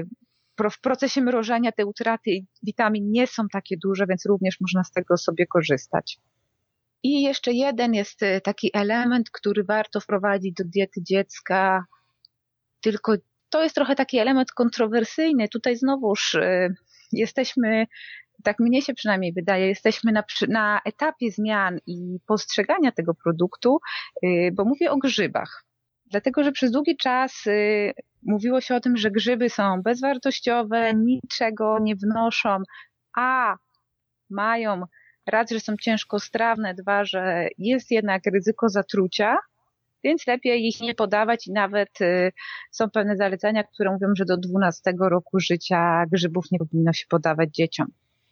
w procesie mrożenia te utraty witamin nie są takie duże, więc również można z tego sobie korzystać. I jeszcze jeden jest taki element, który warto wprowadzić do diety dziecka, tylko to jest trochę taki element kontrowersyjny. Tutaj znowuż y, jesteśmy, tak mnie się przynajmniej wydaje, jesteśmy na, na etapie zmian i postrzegania tego produktu, y, bo mówię o grzybach. Dlatego, że przez długi czas y, mówiło się o tym, że grzyby są bezwartościowe, niczego nie wnoszą, a mają raz, że są ciężkostrawne, dwa, że jest jednak ryzyko zatrucia, więc lepiej ich nie podawać i nawet y, są pewne zalecenia, które mówią, że do dwunastego roku życia grzybów nie powinno się podawać dzieciom.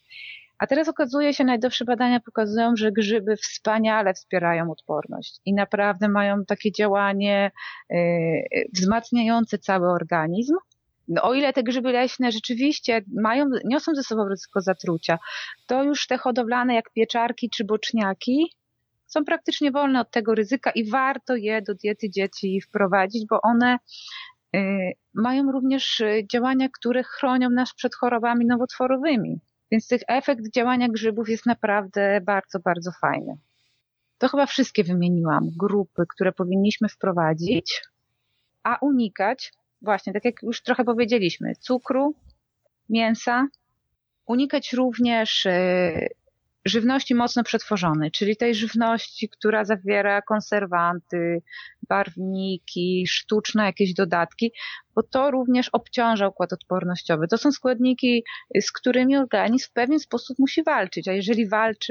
A teraz okazuje się, najnowsze badania pokazują, że grzyby wspaniale wspierają odporność i naprawdę mają takie działanie y, wzmacniające cały organizm. No, o ile te grzyby leśne rzeczywiście mają, niosą ze sobą ryzyko zatrucia, to już te hodowlane jak pieczarki czy boczniaki są praktycznie wolne od tego ryzyka i warto je do diety dzieci wprowadzić, bo one y, mają również działania, które chronią nas przed chorobami nowotworowymi. Więc tych efekt działania grzybów jest naprawdę bardzo, bardzo fajny. To chyba wszystkie wymieniłam grupy, które powinniśmy wprowadzić, a unikać, właśnie tak jak już trochę powiedzieliśmy, cukru, mięsa, unikać również y, żywności mocno przetworzonej, czyli tej żywności, która zawiera konserwanty, barwniki, sztuczne jakieś dodatki, bo to również obciąża układ odpornościowy. To są składniki, z którymi organizm w pewien sposób musi walczyć, a jeżeli walczy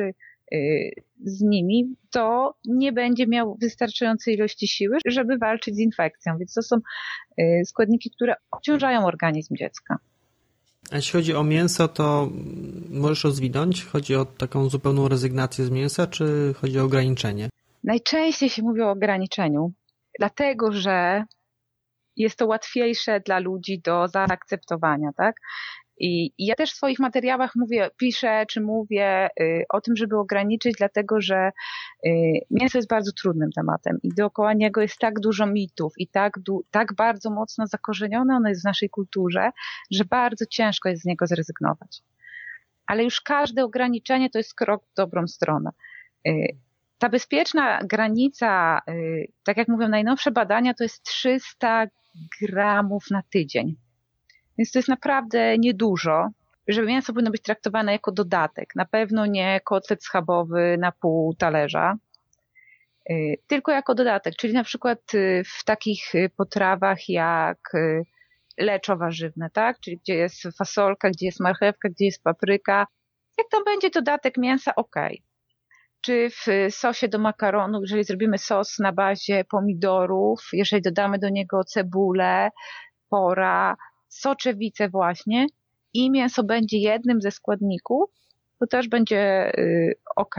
z nimi, to nie będzie miał wystarczającej ilości siły, żeby walczyć z infekcją. Więc to są składniki, które obciążają organizm dziecka. A jeśli chodzi o mięso, to możesz rozwinąć? Chodzi o taką zupełną rezygnację z mięsa, czy chodzi o ograniczenie? Najczęściej się mówi o ograniczeniu, dlatego że jest to łatwiejsze dla ludzi do zaakceptowania, tak? I ja też w swoich materiałach mówię, piszę czy mówię o tym, żeby ograniczyć, dlatego że mięso jest bardzo trudnym tematem i dookoła niego jest tak dużo mitów i tak, tak bardzo mocno zakorzenione ono jest w naszej kulturze, że bardzo ciężko jest z niego zrezygnować. Ale już każde ograniczenie to jest krok w dobrą stronę. Ta bezpieczna granica, tak jak mówią najnowsze badania, to jest trzysta gramów na tydzień. Więc to jest naprawdę niedużo, żeby mięso powinno być traktowane jako dodatek. Na pewno nie kotlet schabowy na pół talerza, tylko jako dodatek. Czyli na przykład w takich potrawach jak leczo warzywne, tak? Czyli gdzie jest fasolka, gdzie jest marchewka, gdzie jest papryka. Jak to będzie dodatek mięsa, okej. Czy w sosie do makaronu, jeżeli zrobimy sos na bazie pomidorów, jeżeli dodamy do niego cebulę, pora, soczewicę właśnie i mięso będzie jednym ze składników, to też będzie yy, ok.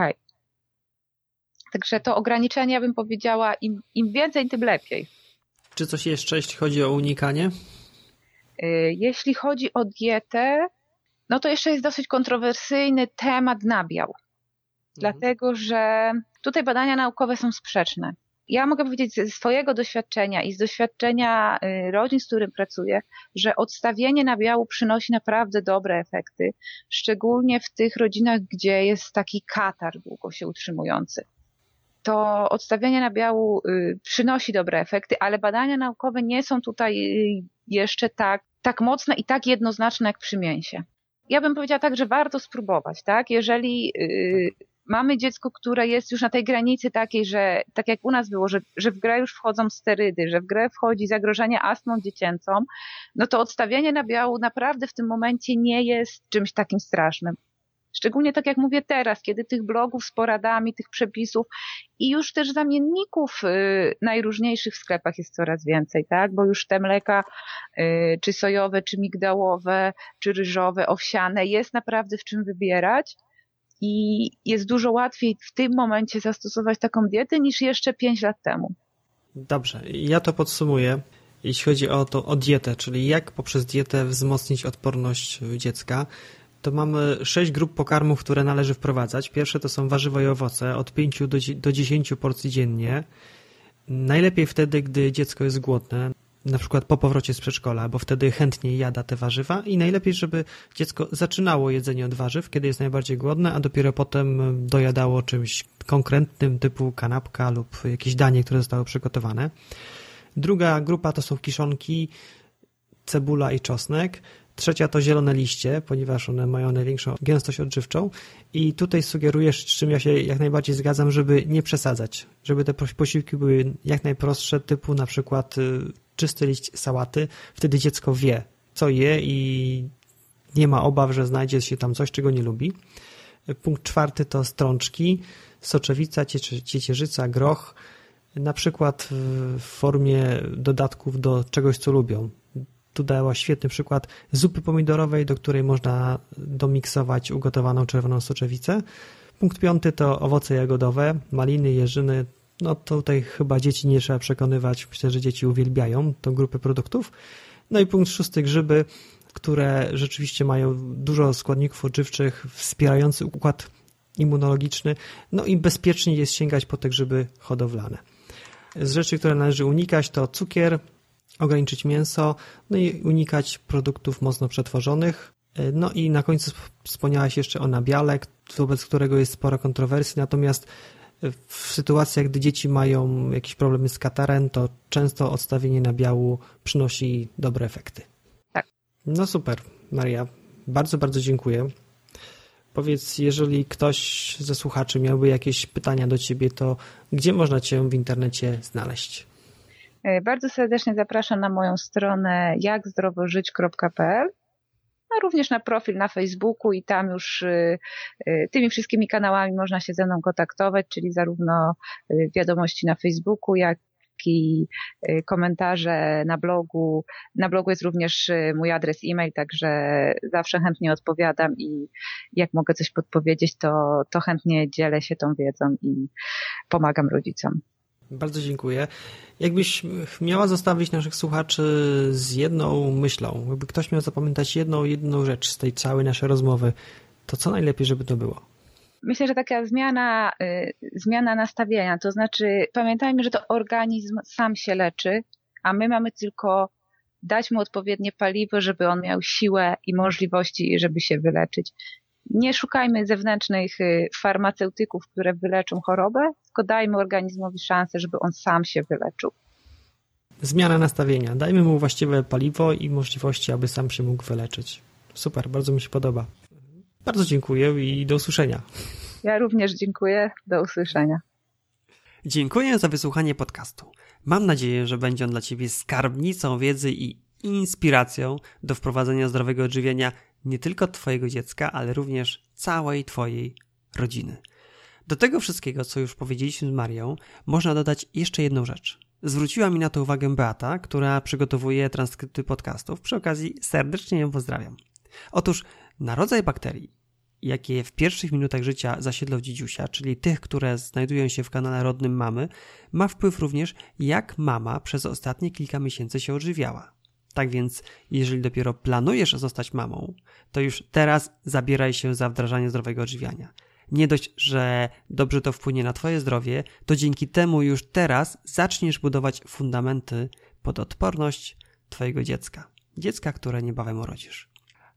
Także to ograniczenie, ja bym powiedziała, im, im więcej, tym lepiej. Czy coś jeszcze, jeśli chodzi o unikanie? Yy, jeśli chodzi o dietę, no to jeszcze jest dosyć kontrowersyjny temat nabiał. Mhm. Dlatego, że tutaj badania naukowe są sprzeczne. Ja mogę powiedzieć ze swojego doświadczenia i z doświadczenia rodzin, z którym pracuję, że odstawienie nabiału przynosi naprawdę dobre efekty, szczególnie w tych rodzinach, gdzie jest taki katar długo się utrzymujący. To odstawienie nabiału przynosi dobre efekty, ale badania naukowe nie są tutaj jeszcze tak, tak mocne i tak jednoznaczne jak przy mięsie. Ja bym powiedziała tak, że warto spróbować, tak? Jeżeli tak. Mamy dziecko, które jest już na tej granicy takiej, że tak jak u nas było, że, że w grę już wchodzą sterydy, że w grę wchodzi zagrożenie astmą dziecięcą, no to odstawienie nabiału naprawdę w tym momencie nie jest czymś takim strasznym. Szczególnie tak jak mówię teraz, kiedy tych blogów z poradami, tych przepisów i już też zamienników y, najróżniejszych w sklepach jest coraz więcej, tak? Bo już te mleka y, czy sojowe, czy migdałowe, czy ryżowe, owsiane jest naprawdę w czym wybierać. I jest dużo łatwiej w tym momencie zastosować taką dietę niż jeszcze pięć lat temu. Dobrze, ja to podsumuję. Jeśli chodzi o to, o dietę, czyli jak poprzez dietę wzmocnić odporność dziecka, to mamy sześć grup pokarmów, które należy wprowadzać. Pierwsze to są warzywa i owoce, od pięciu do dziesięciu porcji dziennie. Najlepiej wtedy, gdy dziecko jest głodne, na przykład po powrocie z przedszkola, bo wtedy chętniej jada te warzywa i najlepiej, żeby dziecko zaczynało jedzenie od warzyw, kiedy jest najbardziej głodne, a dopiero potem dojadało czymś konkretnym typu kanapka lub jakieś danie, które zostało przygotowane. Druga grupa to są kiszonki, cebula i czosnek. Trzecia to zielone liście, ponieważ one mają największą gęstość odżywczą i tutaj sugerujesz, z czym ja się jak najbardziej zgadzam, żeby nie przesadzać, żeby te posiłki były jak najprostsze, typu na przykład czysty liść sałaty, wtedy dziecko wie, co je i nie ma obaw, że znajdzie się tam coś, czego nie lubi. Punkt czwarty to strączki, soczewica, ciecierzyca, groch, na przykład w formie dodatków do czegoś, co lubią. Tu dała świetny przykład zupy pomidorowej, do której można domiksować ugotowaną czerwoną soczewicę. Punkt piąty to owoce jagodowe, maliny, jeżyny. No tutaj chyba dzieci nie trzeba przekonywać. Myślę, że dzieci uwielbiają tą grupę produktów. No i punkt szósty, grzyby, które rzeczywiście mają dużo składników odżywczych, wspierający układ immunologiczny. No i bezpiecznie jest sięgać po te grzyby hodowlane. Z rzeczy, które należy unikać, to cukier, ograniczyć mięso, no i unikać produktów mocno przetworzonych. No i na końcu wspomniałaś jeszcze o nabiale, wobec którego jest sporo kontrowersji, natomiast w sytuacjach, gdy dzieci mają jakieś problemy z katarem, to często odstawienie nabiału przynosi dobre efekty. Tak. No super, Maria, bardzo, bardzo dziękuję. Powiedz, jeżeli ktoś ze słuchaczy miałby jakieś pytania do Ciebie, to gdzie można Cię w internecie znaleźć? Bardzo serdecznie zapraszam na moją stronę jak zdrowo żyć kropka p l. no również na profil na Facebooku i tam już y, y, tymi wszystkimi kanałami można się ze mną kontaktować, czyli zarówno y, wiadomości na Facebooku, jak i y, komentarze na blogu. Na blogu jest również y, mój adres e-mail, także zawsze chętnie odpowiadam i jak mogę coś podpowiedzieć, to, to chętnie dzielę się tą wiedzą i pomagam rodzicom. Bardzo dziękuję. Jakbyś miała zostawić naszych słuchaczy z jedną myślą, jakby ktoś miał zapamiętać jedną, jedną rzecz z tej całej naszej rozmowy, to co najlepiej, żeby to było? Myślę, że taka zmiana, y, zmiana nastawienia, to znaczy pamiętajmy, że to organizm sam się leczy, a my mamy tylko dać mu odpowiednie paliwo, żeby on miał siłę i możliwości, żeby się wyleczyć. Nie szukajmy zewnętrznych farmaceutyków, które wyleczą chorobę, tylko dajmy organizmowi szansę, żeby on sam się wyleczył. Zmiana nastawienia. Dajmy mu właściwe paliwo i możliwości, aby sam się mógł wyleczyć. Super, bardzo mi się podoba. Bardzo dziękuję i do usłyszenia. Ja również dziękuję. Do usłyszenia. Dziękuję za wysłuchanie podcastu. Mam nadzieję, że będzie on dla Ciebie skarbnicą wiedzy i inspiracją do wprowadzenia zdrowego odżywiania nie tylko Twojego dziecka, ale również całej Twojej rodziny. Do tego wszystkiego, co już powiedzieliśmy z Marią, można dodać jeszcze jedną rzecz. Zwróciła mi na to uwagę Beata, która przygotowuje transkrypty podcastów. Przy okazji serdecznie ją pozdrawiam. Otóż na rodzaj bakterii, jakie w pierwszych minutach życia zasiedlą dzidziusia, czyli tych, które znajdują się w kanale rodnym mamy, ma wpływ również, jak mama przez ostatnie kilka miesięcy się odżywiała. Tak więc, jeżeli dopiero planujesz zostać mamą, to już teraz zabieraj się za wdrażanie zdrowego odżywiania. Nie dość, że dobrze to wpłynie na Twoje zdrowie, to dzięki temu już teraz zaczniesz budować fundamenty pod odporność Twojego dziecka. Dziecka, które niebawem urodzisz.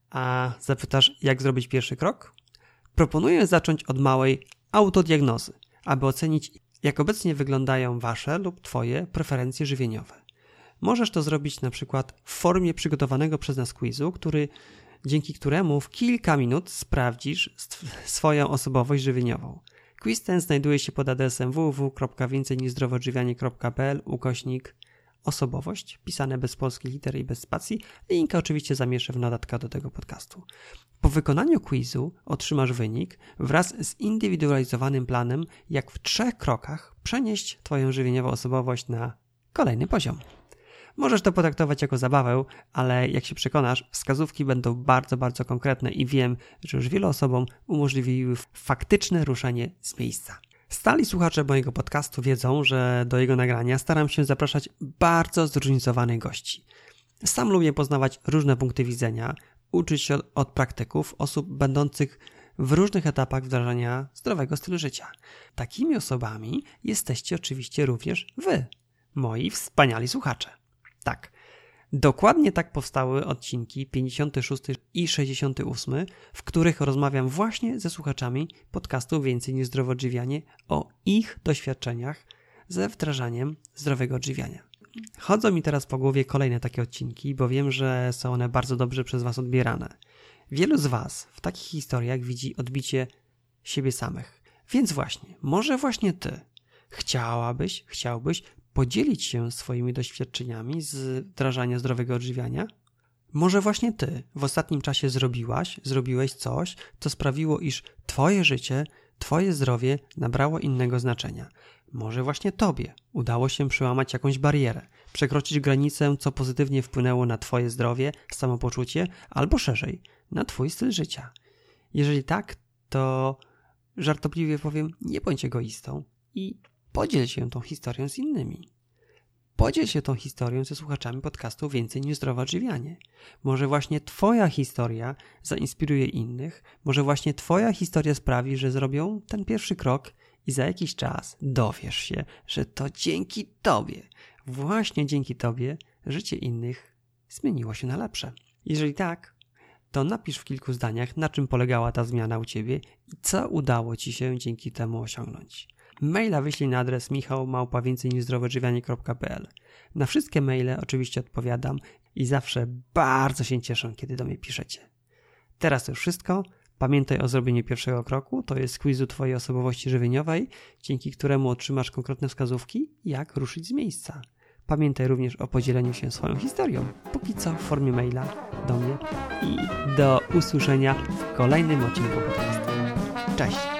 A zapytasz, jak zrobić pierwszy krok? Proponuję zacząć od małej autodiagnozy, aby ocenić, jak obecnie wyglądają Wasze lub Twoje preferencje żywieniowe. Możesz to zrobić na przykład w formie przygotowanego przez nas quizu, który, dzięki któremu w kilka minut sprawdzisz swoją osobowość żywieniową. Quiz ten znajduje się pod adresem w w w kropka więcej niż zdrowe odżywianie kropka p l ukośnik osobowość, pisane bez polskich liter i bez spacji. Link oczywiście zamieszę w notatkach do tego podcastu. Po wykonaniu quizu otrzymasz wynik wraz z zindywidualizowanym planem, jak w trzech krokach przenieść Twoją żywieniową osobowość na kolejny poziom. Możesz to potraktować jako zabawę, ale jak się przekonasz, wskazówki będą bardzo, bardzo konkretne i wiem, że już wielu osobom umożliwiły faktyczne ruszenie z miejsca. Stali słuchacze mojego podcastu wiedzą, że do jego nagrania staram się zapraszać bardzo zróżnicowanych gości. Sam lubię poznawać różne punkty widzenia, uczyć się od, od praktyków, osób będących w różnych etapach wdrażania zdrowego stylu życia. Takimi osobami jesteście oczywiście również Wy, moi wspaniali słuchacze. Tak, dokładnie tak powstały odcinki pięćdziesiąty szósty i sześćdziesiąty ósmy, w których rozmawiam właśnie ze słuchaczami podcastu Więcej niż zdrowe odżywianie o ich doświadczeniach ze wdrażaniem zdrowego odżywiania. Chodzą mi teraz po głowie kolejne takie odcinki, bo wiem, że są one bardzo dobrze przez Was odbierane. Wielu z Was w takich historiach widzi odbicie siebie samych. Więc właśnie, może właśnie Ty chciałabyś, chciałbyś podzielić się swoimi doświadczeniami z wdrażania zdrowego odżywiania? Może właśnie Ty w ostatnim czasie zrobiłaś, zrobiłeś coś, co sprawiło, iż Twoje życie, Twoje zdrowie nabrało innego znaczenia. Może właśnie Tobie udało się przełamać jakąś barierę, przekroczyć granicę, co pozytywnie wpłynęło na Twoje zdrowie, samopoczucie, albo szerzej, na Twój styl życia. Jeżeli tak, to żartobliwie powiem, nie bądź egoistą i podziel się tą historią z innymi. Podziel się tą historią ze słuchaczami podcastu Więcej niż zdrowe odżywianie. Może właśnie Twoja historia zainspiruje innych, może właśnie Twoja historia sprawi, że zrobią ten pierwszy krok i za jakiś czas dowiesz się, że to dzięki Tobie, właśnie dzięki Tobie, życie innych zmieniło się na lepsze. Jeżeli tak, to napisz w kilku zdaniach, na czym polegała ta zmiana u Ciebie i co udało Ci się dzięki temu osiągnąć. Maila wyślij na adres michał małpa więcej niż zdrowe odżywianie kropka p l. Na wszystkie maile oczywiście odpowiadam i zawsze bardzo się cieszę, kiedy do mnie piszecie. Teraz to już wszystko. Pamiętaj o zrobieniu pierwszego kroku, to jest quizu Twojej osobowości żywieniowej, dzięki któremu otrzymasz konkretne wskazówki, jak ruszyć z miejsca. Pamiętaj również o podzieleniu się swoją historią, póki co w formie maila, do mnie i do usłyszenia w kolejnym odcinku podcastu. Cześć!